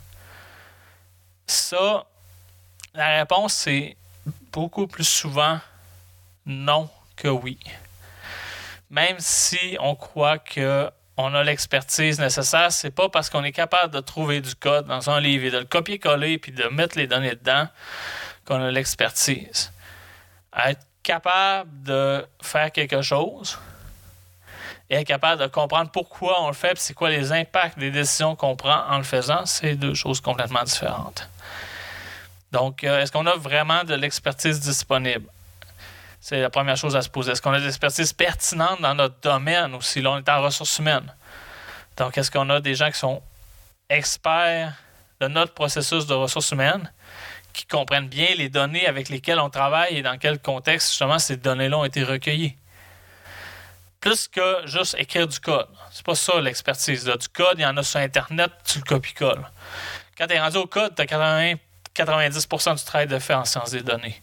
Ça, la réponse, c'est beaucoup plus souvent non que oui. Même si on croit qu'on a l'expertise nécessaire, c'est pas parce qu'on est capable de trouver du code dans un livre et de le copier-coller puis de mettre les données dedans qu'on a l'expertise. Être capable de faire quelque chose et être capable de comprendre pourquoi on le fait et c'est quoi les impacts des décisions qu'on prend en le faisant, c'est 2 choses complètement différentes. Donc, est-ce qu'on a vraiment de l'expertise disponible? C'est la première chose à se poser. Est-ce qu'on a de l'expertise pertinente dans notre domaine aussi? Là, on est en ressources humaines. Donc, est-ce qu'on a des gens qui sont experts de notre processus de ressources humaines, qui comprennent bien les données avec lesquelles on travaille et dans quel contexte, justement, ces données-là ont été recueillies? Plus que juste écrire du code. C'est pas ça l'expertise. Là. Du code, il y en a sur Internet, tu le copies-colles. Quand tu es rendu au code, tu as 90% du travail de fait en sciences des données.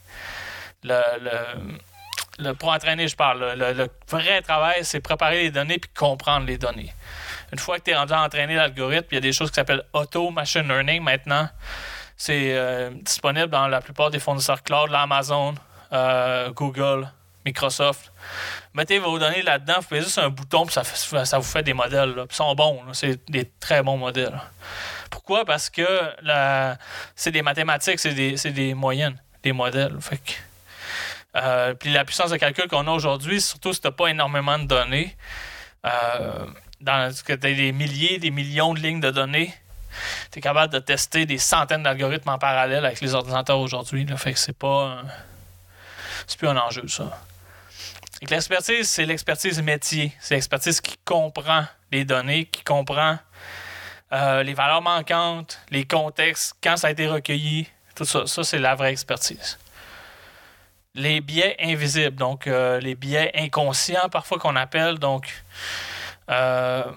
Pour entraîner, je parle. Le vrai travail, c'est préparer les données puis comprendre les données. Une fois que tu es rendu à entraîner l'algorithme, il y a des choses qui s'appellent Auto-Machine Learning maintenant. C'est disponible dans la plupart des fournisseurs cloud, Amazon, Google, Microsoft. Mettez vos données là-dedans, vous faites juste un bouton puis ça vous fait des modèles. Là. Ils sont bons, là. C'est des très bons modèles. Pourquoi? Parce que c'est des mathématiques, c'est des moyennes, des modèles. Fait que, puis la puissance de calcul qu'on a aujourd'hui, surtout si tu n'as pas énormément de données, dans ce que tu as des milliers, des millions de lignes de données, tu es capable de tester des centaines d'algorithmes en parallèle avec les ordinateurs aujourd'hui. Là. Fait que c'est plus un enjeu, ça. Et que l'expertise, c'est l'expertise métier. C'est l'expertise qui comprend les données, qui comprend les valeurs manquantes, les contextes, quand ça a été recueilli, tout ça. Ça, c'est la vraie expertise. Les biais invisibles, donc les biais inconscients, parfois qu'on appelle. Donc, ça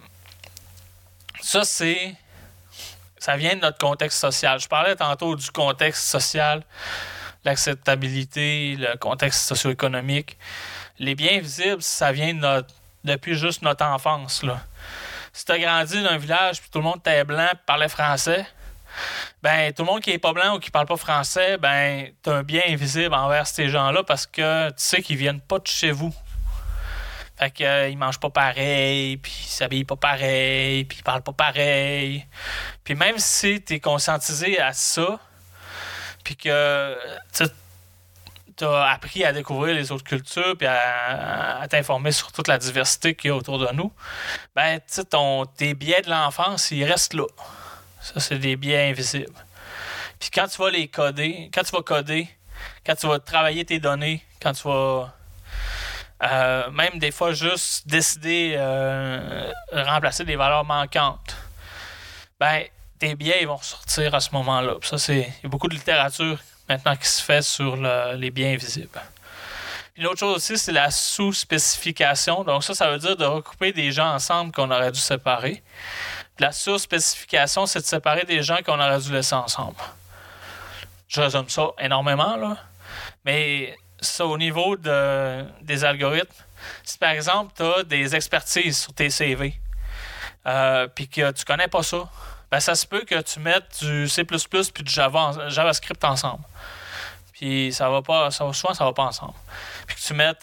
vient de notre contexte social. Je parlais tantôt du contexte social, l'acceptabilité, le contexte socio-économique. Les biens invisibles, ça vient depuis juste notre enfance, là. Si tu as grandi dans un village puis tout le monde était blanc et parlait français, ben tout le monde qui est pas blanc ou qui parle pas français, ben tu as un bien invisible envers ces gens-là parce que tu sais qu'ils viennent pas de chez vous. Fait qu'ils mangent pas pareil, puis ils s'habillent pas pareil, puis ils parlent pas pareil. Puis même si tu es conscientisé à ça, puis que tu as appris à découvrir les autres cultures puis à t'informer sur toute la diversité qu'il y a autour de nous, ben tu sais, tes biais de l'enfance, ils restent là. Ça, c'est des biais invisibles. Puis quand tu vas les coder, quand tu vas travailler tes données, quand tu vas même des fois juste décider remplacer des valeurs manquantes, ben tes biais ils vont ressortir à ce moment-là. Puis ça, il y a beaucoup de littérature maintenant qui se fait sur les biais invisibles. Une autre chose aussi, c'est la sous-spécification. Donc ça veut dire de regrouper des gens ensemble qu'on aurait dû séparer. Puis la sous-spécification, c'est de séparer des gens qu'on aurait dû laisser ensemble. Je résume ça énormément, là. Mais ça, au niveau des algorithmes, si par exemple, tu as des expertises sur tes CV, puis que tu connais pas ça, ben ça se peut que tu mettes du C++ puis du JavaScript ensemble. Puis souvent, ça va pas ensemble. Puis que tu mettes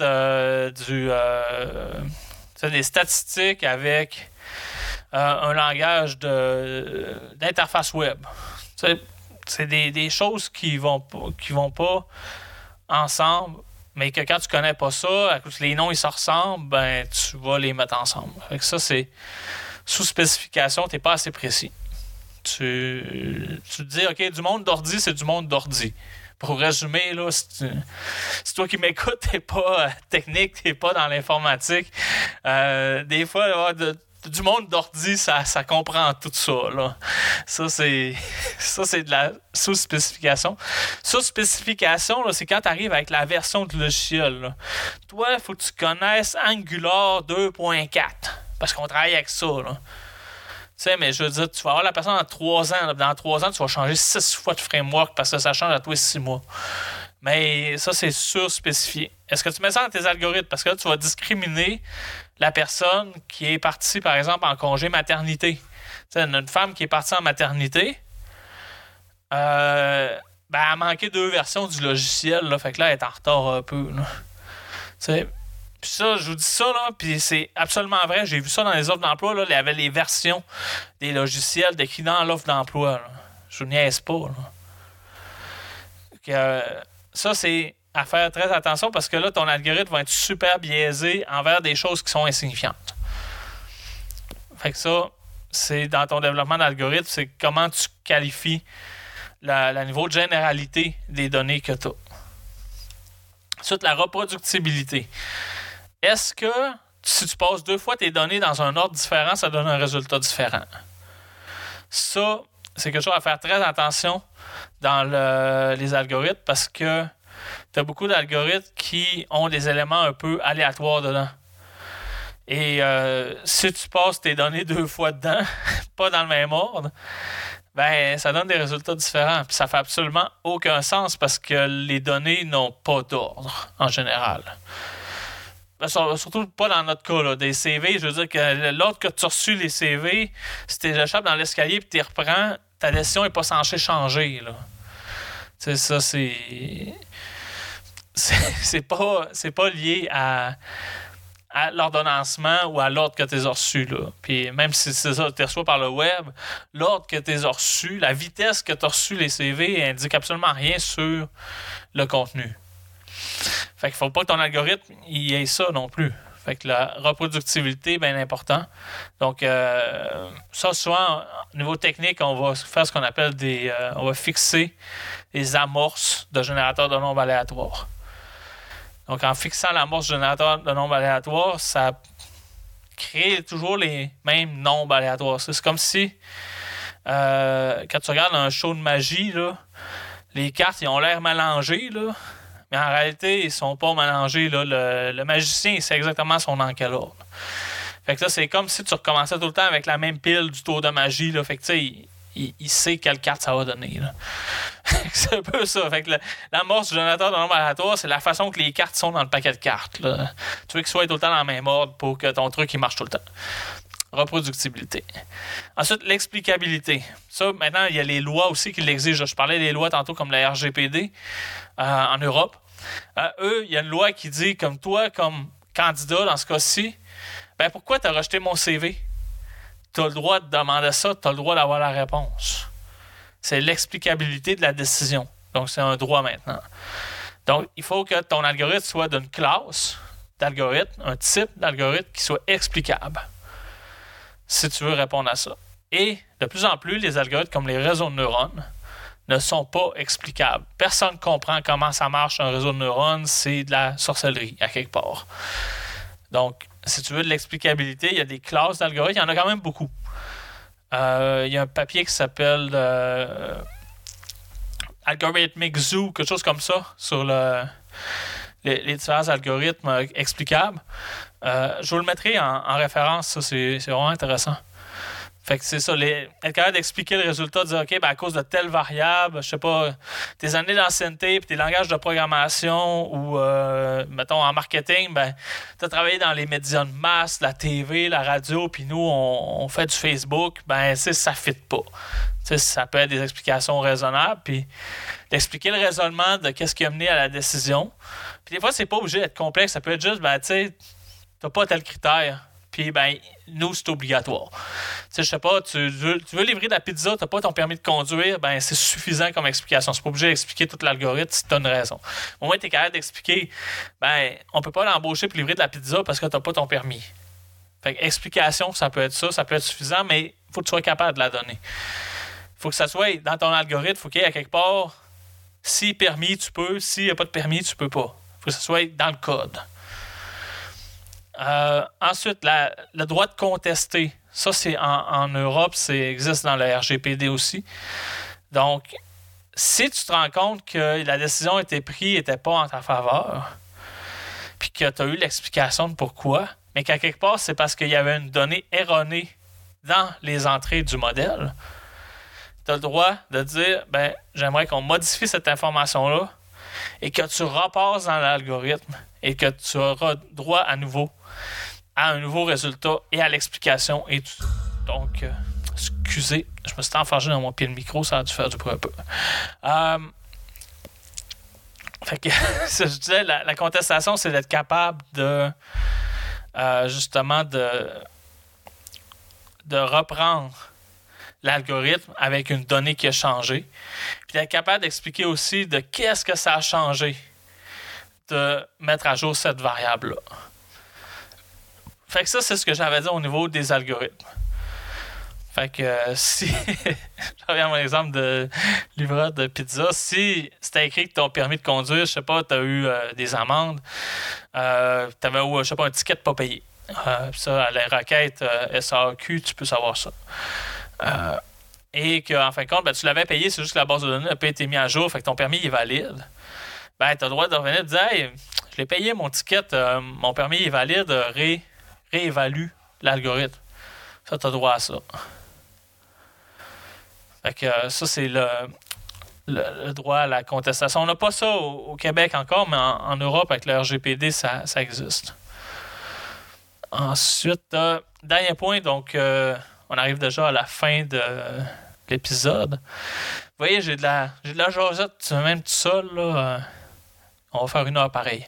des statistiques avec un langage d'interface web. C'est des choses qui vont pas ensemble, mais que quand tu connais pas ça, à cause que les noms ils se ressemblent, ben tu vas les mettre ensemble. Fait que ça, c'est sous spécification, t'es pas assez précis. Tu te dis, OK, du monde d'ordi, c'est du monde d'ordi. Pour résumer, là, si toi qui m'écoutes, t'es pas technique, t'es pas dans l'informatique, des fois, là, du monde d'ordi, ça comprend tout ça, là. Ça, c'est de la sous-spécification. Sous-spécification, là, c'est quand tu arrives avec la version du logiciel, là. Toi, il faut que tu connaisses Angular 2.4, parce qu'on travaille avec ça, là. Tu sais, mais je veux dire, tu vas avoir la personne dans 3 ans. Là. Dans 3 ans, tu vas changer 6 fois de framework parce que ça change à tous les 6 mois. Mais ça, c'est sur-spécifié. Est-ce que tu mets ça dans tes algorithmes? Parce que là, tu vas discriminer la personne qui est partie, par exemple, en congé maternité. Tu sais, une femme qui est partie en maternité, elle a manqué 2 versions du logiciel. Là, fait que là, elle est en retard un peu. Tu sais. Puis ça, je vous dis ça, là, puis c'est absolument vrai. J'ai vu ça dans les offres d'emploi, là. Il y avait les versions des logiciels décrits dans l'offre d'emploi, là. Je vous niaise pas, là. Ça, c'est à faire très attention parce que là, ton algorithme va être super biaisé envers des choses qui sont insignifiantes. Fait que ça, c'est dans ton développement d'algorithme, c'est comment tu qualifies le niveau de généralité des données que tu as. Ensuite, la reproductibilité. Est-ce que si tu passes 2 fois tes données dans un ordre différent, ça donne un résultat différent? Ça, c'est quelque chose à faire très attention dans les algorithmes parce que tu as beaucoup d'algorithmes qui ont des éléments un peu aléatoires dedans. Et si tu passes tes données 2 fois dedans, pas dans le même ordre, ben ça donne des résultats différents. Puis ça fait absolument aucun sens parce que les données n'ont pas d'ordre en général. Surtout pas dans notre cas, là, des CV. Je veux dire que l'ordre que tu as reçu les CV, si tu les échappes dans l'escalier et tu les reprends, ta décision n'est pas censée changer. Là. Tu sais, ça, c'est pas lié à l'ordonnancement ou à l'ordre que tu as reçu. Là. Puis même si c'est ça, tu reçois par le web, l'ordre que tu as reçu, la vitesse que tu as reçu les CV indique absolument rien sur le contenu. Fait qu'il faut pas que ton algorithme y ait ça non plus. Fait que la reproductibilité est bien important. Donc, ça, souvent, au niveau technique, on va faire ce qu'on appelle on va fixer des amorces de générateurs de nombres aléatoires. Donc, en fixant l'amorce du générateur de nombres aléatoires, ça crée toujours les mêmes nombres aléatoires. C'est comme si, quand tu regardes un show de magie, là, les cartes, ils ont l'air mélangées, là. Mais en réalité, ils ne sont pas mélangés. Là. Le magicien, il sait exactement son dans quel ordre. Fait que ça, c'est comme si tu recommençais tout le temps avec la même pile du tour de magie. Là. Fait que tu sais, il sait quelle carte ça va donner. Là. C'est un peu ça. Fait que l'amorce du générateur de nombres aléatoires, c'est la façon que les cartes sont dans le paquet de cartes. Là. Tu veux qu'ils soient tout le temps dans le même ordre pour que ton truc il marche tout le temps. Reproductibilité. Ensuite, l'explicabilité. Ça, maintenant, il y a les lois aussi qui l'exigent. Je parlais des lois tantôt comme la RGPD en Europe. Eux, il y a une loi qui dit, comme toi, comme candidat dans ce cas-ci, ben pourquoi tu as rejeté mon CV? Tu as le droit de demander ça, tu as le droit d'avoir la réponse. C'est l'explicabilité de la décision. Donc, c'est un droit maintenant. Donc, il faut que ton algorithme soit d'une classe d'algorithme, un type d'algorithme qui soit explicable. Si tu veux répondre à ça. Et de plus en plus, les algorithmes comme les réseaux de neurones ne sont pas explicables. Personne ne comprend comment ça marche un réseau de neurones, c'est de la sorcellerie à quelque part. Donc, si tu veux de l'explicabilité, il y a des classes d'algorithmes, il y en a quand même beaucoup. Il y a un papier qui s'appelle Algorithmic Zoo, quelque chose comme ça, sur les différents algorithmes explicables. Je vous le mettrai en référence, ça, c'est vraiment intéressant. Fait que c'est ça, être capable d'expliquer le résultat, de dire, OK, ben à cause de telle variable, je sais pas, tes années d'ancienneté puis tes langages de programmation ou, mettons, en marketing, ben, tu as travaillé dans les médias de masse, la TV, la radio, puis nous, on fait du Facebook, ben, ça ne fit pas. T'sais, ça peut être des explications raisonnables, puis d'expliquer le raisonnement de qu'est-ce qui a mené à la décision. Puis des fois, c'est pas obligé d'être complexe, ça peut être juste, ben, tu sais, t'as pas tel critère. Puis, ben, nous, c'est obligatoire. Tu sais, je sais pas, tu veux livrer de la pizza, t'as pas ton permis de conduire, ben, c'est suffisant comme explication. C'est pas obligé d'expliquer tout l'algorithme si t'as une raison. Au moins, t'es capable d'expliquer, ben, on peut pas l'embaucher pour livrer de la pizza parce que t'as pas ton permis. Fait que, explication, ça peut être suffisant, mais il faut que tu sois capable de la donner. Il faut que ça soit dans ton algorithme, il faut qu'il y ait à quelque part, si permis, tu peux, s'il n'y a pas de permis, tu peux pas. Il faut que ça soit dans le code. Ensuite, le droit de contester. Ça, c'est en Europe, ça existe dans le RGPD aussi. Donc, si tu te rends compte que la décision a été prise n'était pas en ta faveur, puis que tu as eu l'explication de pourquoi, mais qu'à quelque part, c'est parce qu'il y avait une donnée erronée dans les entrées du modèle, tu as le droit de dire, ben, j'aimerais qu'on modifie cette information-là et que tu repasses dans l'algorithme et que tu auras droit à un nouveau résultat et à l'explication et tout. Donc, excusez, je me suis enfargé dans mon pied de micro, ça a dû faire du bruit un peu. Fait que, je disais, la contestation, c'est d'être capable de, justement, de reprendre l'algorithme avec une donnée qui a changé, puis d'être capable d'expliquer aussi de qu'est-ce que ça a changé de mettre à jour cette variable-là. Fait que ça, c'est ce que j'avais dit au niveau des algorithmes. Fait que si, je reviens à mon exemple de livreur de pizza, si c'était écrit que ton permis de conduire, je sais pas, tu as eu des amendes, tu avais, je sais pas, un ticket de pas payé. Ça, à la requête SAQ, tu peux savoir ça. Et qu'en fin de compte, ben, tu l'avais payé, c'est juste que la base de données n'a pas été mise à jour, fait que ton permis est valide. Ben, tu as le droit de revenir et de dire, hey, je l'ai payé mon ticket, mon permis est valide, réévalue l'algorithme. Ça, tu as droit à ça. Fait que ça, c'est le droit à la contestation. On n'a pas ça au Québec encore, mais en Europe, avec le RGPD, ça existe. Ensuite, dernier point, donc, on arrive déjà à la fin de l'épisode. Vous voyez, j'ai de la jasette, même tout seul, là. On va faire 1 heure pareil.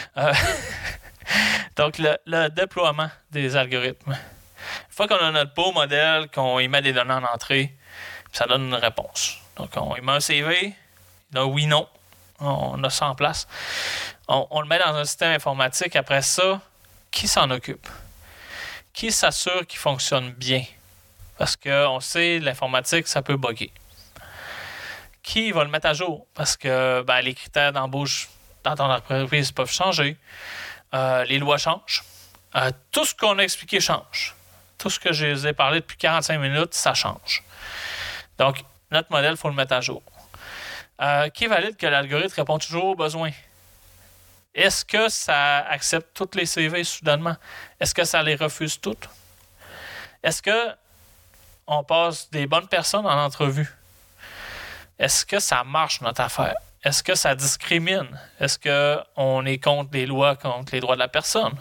Donc, le déploiement des algorithmes. Une fois qu'on a notre beau modèle, qu'on y met des données en entrée, ça donne une réponse. Donc, on y met un CV, là, oui, non. On a ça en place. On le met dans un système informatique. Après ça, qui s'en occupe? Qui s'assure qu'il fonctionne bien? Parce qu'on sait, l'informatique, ça peut bugger. Qui va le mettre à jour? Parce que ben, les critères d'embauche dans ton entreprise peuvent changer. Les lois changent. Tout ce qu'on a expliqué change. Tout ce que je vous ai parlé depuis 45 minutes, ça change. Donc, notre modèle, il faut le mettre à jour. Qui valide que l'algorithme répond toujours aux besoins? Est-ce que ça accepte tous les CV soudainement? Est-ce que ça les refuse toutes? Est-ce que on passe des bonnes personnes en entrevue? Est-ce que ça marche, notre affaire? Est-ce que ça discrimine? Est-ce qu'on est contre les lois, contre les droits de la personne?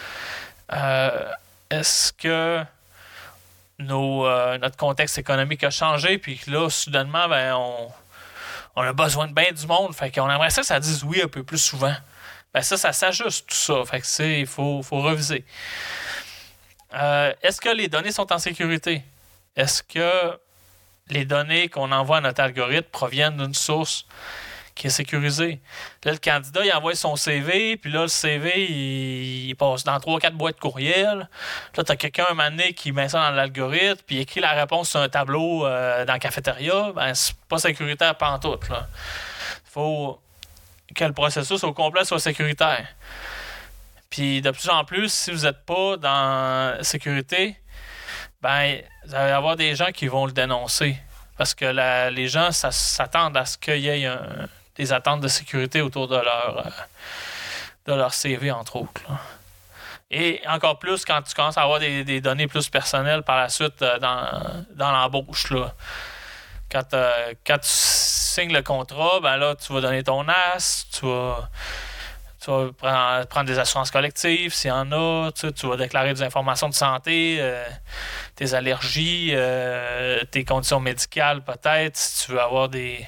Est-ce que notre contexte économique a changé, puis que là, soudainement, ben, on a besoin de bien du monde, fait qu'on aimerait ça que ça dise oui un peu plus souvent. Ben ça s'ajuste tout ça, fait que il faut reviser. Est-ce que les données sont en sécurité? Est-ce que les données qu'on envoie à notre algorithme proviennent d'une source qui est sécurisée? Là, le candidat, il envoie son CV, puis là, le CV, il passe dans 3-4 boîtes courriel. Là, tu as quelqu'un un moment donné qui met ça dans l'algorithme, puis il écrit la réponse sur un tableau dans la cafétéria. Ben, c'est pas sécuritaire pantoute, là. Il faut que le processus au complet soit sécuritaire. Puis de plus en plus, si vous n'êtes pas dans la sécurité, ben, il va y avoir des gens qui vont le dénoncer. Parce que les gens s'attendent à ce qu'il y ait des attentes de sécurité autour de leur CV, entre autres. Là. Et encore plus quand tu commences à avoir des données plus personnelles par la suite dans l'embauche. Là. Quand tu signes le contrat, ben là, tu vas donner ton NAS, tu vas prendre des assurances collectives s'il y en a, tu vas déclarer des informations de santé, tes allergies, tes conditions médicales peut-être, si tu veux avoir des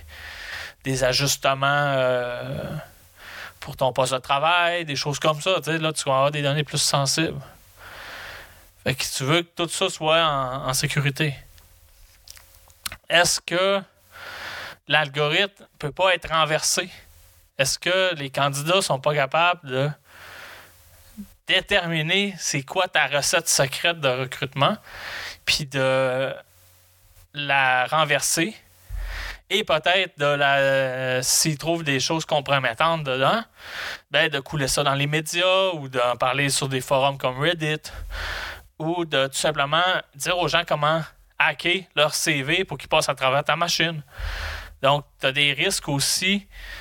ajustements pour ton poste de travail, des choses comme ça. Là, tu vas avoir des données plus sensibles. Fait que tu veux que tout ça soit en sécurité. Est-ce que l'algorithme ne peut pas être renversé? Est-ce que les candidats ne sont pas capables de déterminer c'est quoi ta recette secrète de recrutement, puis de la renverser et peut-être s'ils trouvent des choses compromettantes dedans, ben de couler ça dans les médias ou d'en parler sur des forums comme Reddit ou de tout simplement dire aux gens comment hacker leur CV pour qu'ils passent à travers ta machine. Donc, tu as des risques aussi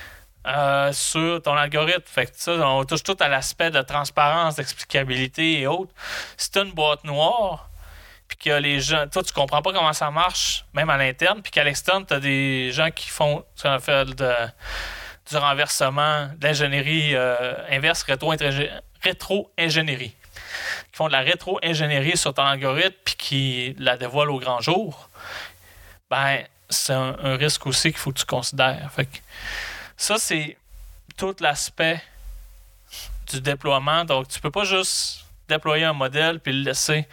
sur ton algorithme. Fait que ça, on touche tout à l'aspect de transparence, d'explicabilité et autres. Si tu as une boîte noire, puis que les gens, toi, tu comprends pas comment ça marche, même à l'interne, puis qu'à l'externe, tu as des gens qui font ce qu'on appelle du renversement, d'ingénierie inverse, rétro-ingénierie. Qui font de la rétro-ingénierie sur ton algorithme, puis qui la dévoilent au grand jour. Ben, c'est un risque aussi qu'il faut que tu considères. Fait que ça, c'est tout l'aspect du déploiement. Donc, tu peux pas juste déployer un modèle puis le laisser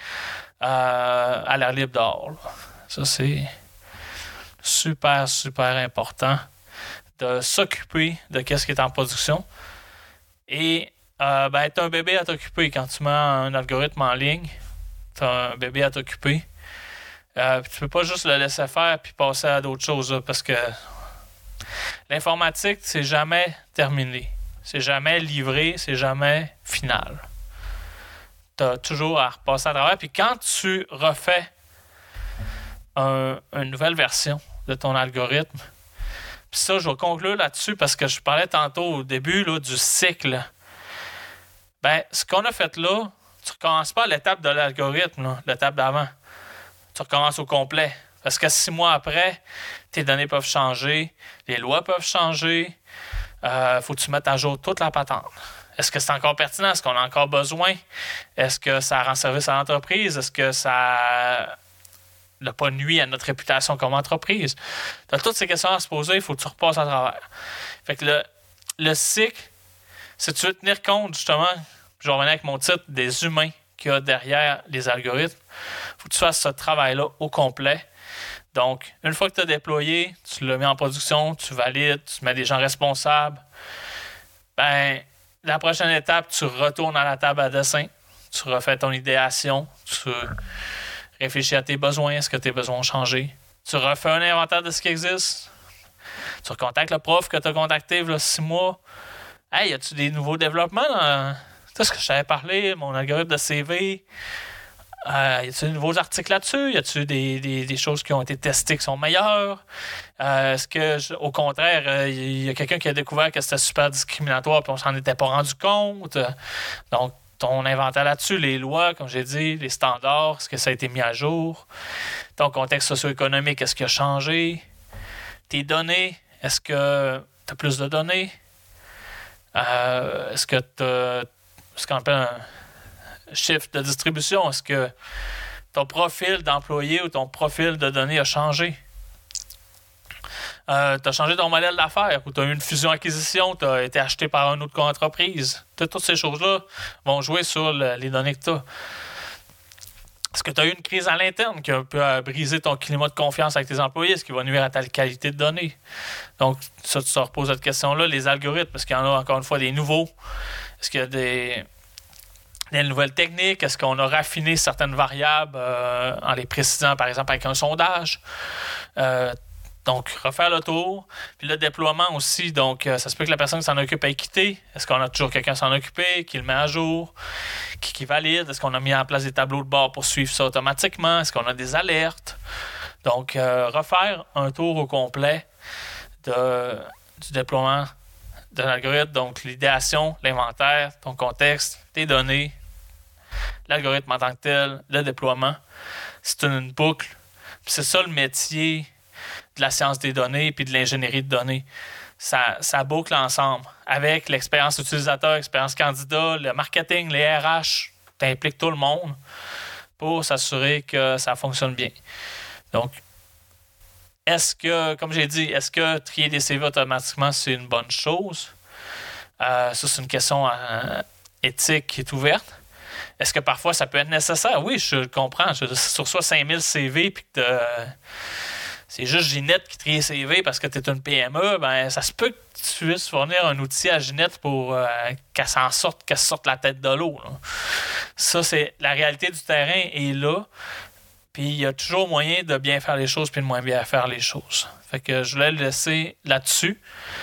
à l'air libre dehors. Là. Ça, c'est super, super important de s'occuper de ce qui est en production. Et ben, tu as un bébé à t'occuper. Quand tu mets un algorithme en ligne, tu as un bébé à t'occuper. Tu peux pas juste le laisser faire puis passer à d'autres choses. Là, parce que l'informatique, c'est jamais terminé. C'est jamais livré, c'est jamais final. Tu as toujours à repasser à travers. Puis quand tu refais une nouvelle version de ton algorithme, puis ça, je vais conclure là-dessus parce que je parlais tantôt au début là, du cycle. Ben, ce qu'on a fait là, tu ne recommences pas à l'étape de l'algorithme, là, l'étape d'avant. Tu recommences au complet. Parce que 6 mois après, tes données peuvent changer, les lois peuvent changer, faut que tu mettes à jour toute la patente. Est-ce que c'est encore pertinent? Est-ce qu'on a encore besoin? Est-ce que ça rend service à l'entreprise? Est-ce que ça n'a pas nuit à notre réputation comme entreprise? Tu as toutes ces questions à se poser, il faut que tu repasses à travers. Fait que le cycle, si tu veux tenir compte, justement, je revenais avec mon titre, des humains qu'il y a derrière les algorithmes, il faut que tu fasses ce travail-là au complet. Donc, une fois que tu as déployé, tu l'as mis en production, tu valides, tu mets des gens responsables, ben, la prochaine étape, tu retournes à la table à dessin, tu refais ton idéation, tu réfléchis à tes besoins, est-ce que tes besoins ont changé, tu refais un inventaire de ce qui existe, tu recontactes le prof que tu as contacté il y a 6 mois. Hey, y a-tu des nouveaux développements dans tout ce que je t'avais parlé, mon algorithme de CV? Y a-t-il de nouveaux articles là-dessus? Y a-t-il des choses qui ont été testées qui sont meilleures? Est-ce que, au contraire, y a quelqu'un qui a découvert que c'était super discriminatoire et on s'en était pas rendu compte? Donc, ton inventaire là-dessus, les lois, comme j'ai dit, les standards, est-ce que ça a été mis à jour? Ton contexte socio-économique, est-ce qu'il a changé? Tes données, est-ce que tu as plus de données? Est-ce que tu as ce qu'on appelle un shift de distribution? Est-ce que ton profil d'employé ou ton profil de données a changé? Tu as changé ton modèle d'affaires ou tu as eu une fusion-acquisition, tu as été acheté par une autre entreprise. Toutes ces choses-là vont jouer sur les données que tu as. Est-ce que tu as eu une crise à l'interne qui a un peu brisé ton climat de confiance avec tes employés? Est-ce qu'il va nuire à ta qualité de données? Donc, ça, tu te reposes cette question-là. Les algorithmes, parce qu'il y en a encore une fois des nouveaux. Est-ce qu'il y a des nouvelles techniques? Est-ce qu'on a raffiné certaines variables en les précisant, par exemple, avec un sondage? Donc, refaire le tour. Puis le déploiement aussi. Donc, ça se peut que la personne qui s'en occupe ait quitté. Est-ce qu'on a toujours quelqu'un à s'en occuper, qui le met à jour, qui valide? Est-ce qu'on a mis en place des tableaux de bord pour suivre ça automatiquement? Est-ce qu'on a des alertes? Donc, refaire un tour au complet du déploiement de l'algorithme. Donc, l'idéation, l'inventaire, ton contexte, tes données, l'algorithme en tant que tel, le déploiement. C'est une boucle. Puis c'est ça le métier de la science des données puis de l'ingénierie de données. Ça boucle ensemble avec l'expérience utilisateur, l'expérience candidat, le marketing, les RH. Tu impliques tout le monde pour s'assurer que ça fonctionne bien. Donc, est-ce que, comme j'ai dit, est-ce que trier des CV automatiquement, c'est une bonne chose? Ça, c'est une question éthique qui est ouverte. Est-ce que parfois, ça peut être nécessaire? Oui, je comprends. Si tu reçois 5000 CV puis que c'est juste Ginette qui trie les CV parce que tu es une PME, ben ça se peut que tu puisses fournir un outil à Ginette pour qu'elle sorte la tête de l'eau. Là. Ça, c'est la réalité du terrain est là. Puis il y a toujours moyen de bien faire les choses puis de moins bien faire les choses. Fait que je voulais le laisser là-dessus.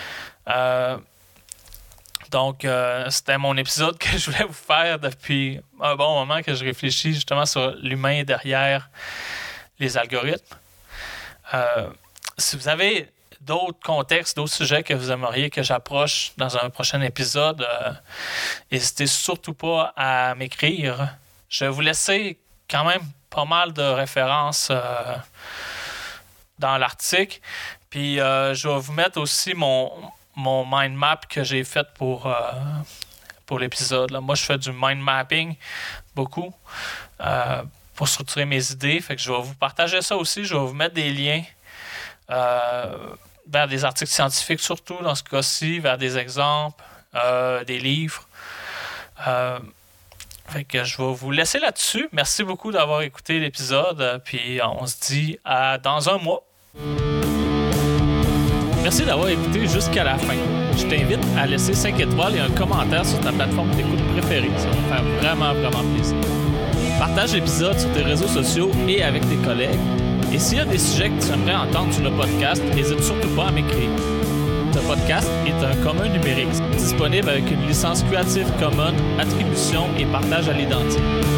Donc, c'était mon épisode que je voulais vous faire depuis un bon moment que je réfléchis justement sur l'humain derrière les algorithmes. Si vous avez d'autres contextes, d'autres sujets que vous aimeriez que j'approche dans un prochain épisode, n'hésitez surtout pas à m'écrire. Je vais vous laisser quand même pas mal de références dans l'article. Puis je vais vous mettre aussi mon mind map que j'ai fait pour l'épisode. Là. Moi, je fais du mind mapping beaucoup pour structurer mes idées. Fait que je vais vous partager ça aussi. Je vais vous mettre des liens vers des articles scientifiques, surtout dans ce cas-ci, vers des exemples, des livres. Fait que je vais vous laisser là-dessus. Merci beaucoup d'avoir écouté l'épisode. Puis on se dit à dans un mois. Merci d'avoir écouté jusqu'à la fin. Je t'invite à laisser 5 étoiles et un commentaire sur ta plateforme d'écoute préférée. Ça va me faire vraiment, vraiment plaisir. Partage l'épisode sur tes réseaux sociaux et avec tes collègues. Et s'il y a des sujets que tu aimerais entendre sur le podcast, n'hésite surtout pas à m'écrire. Ce podcast est un commun numérique disponible avec une licence Creative Commons, attribution et partage à l'identique.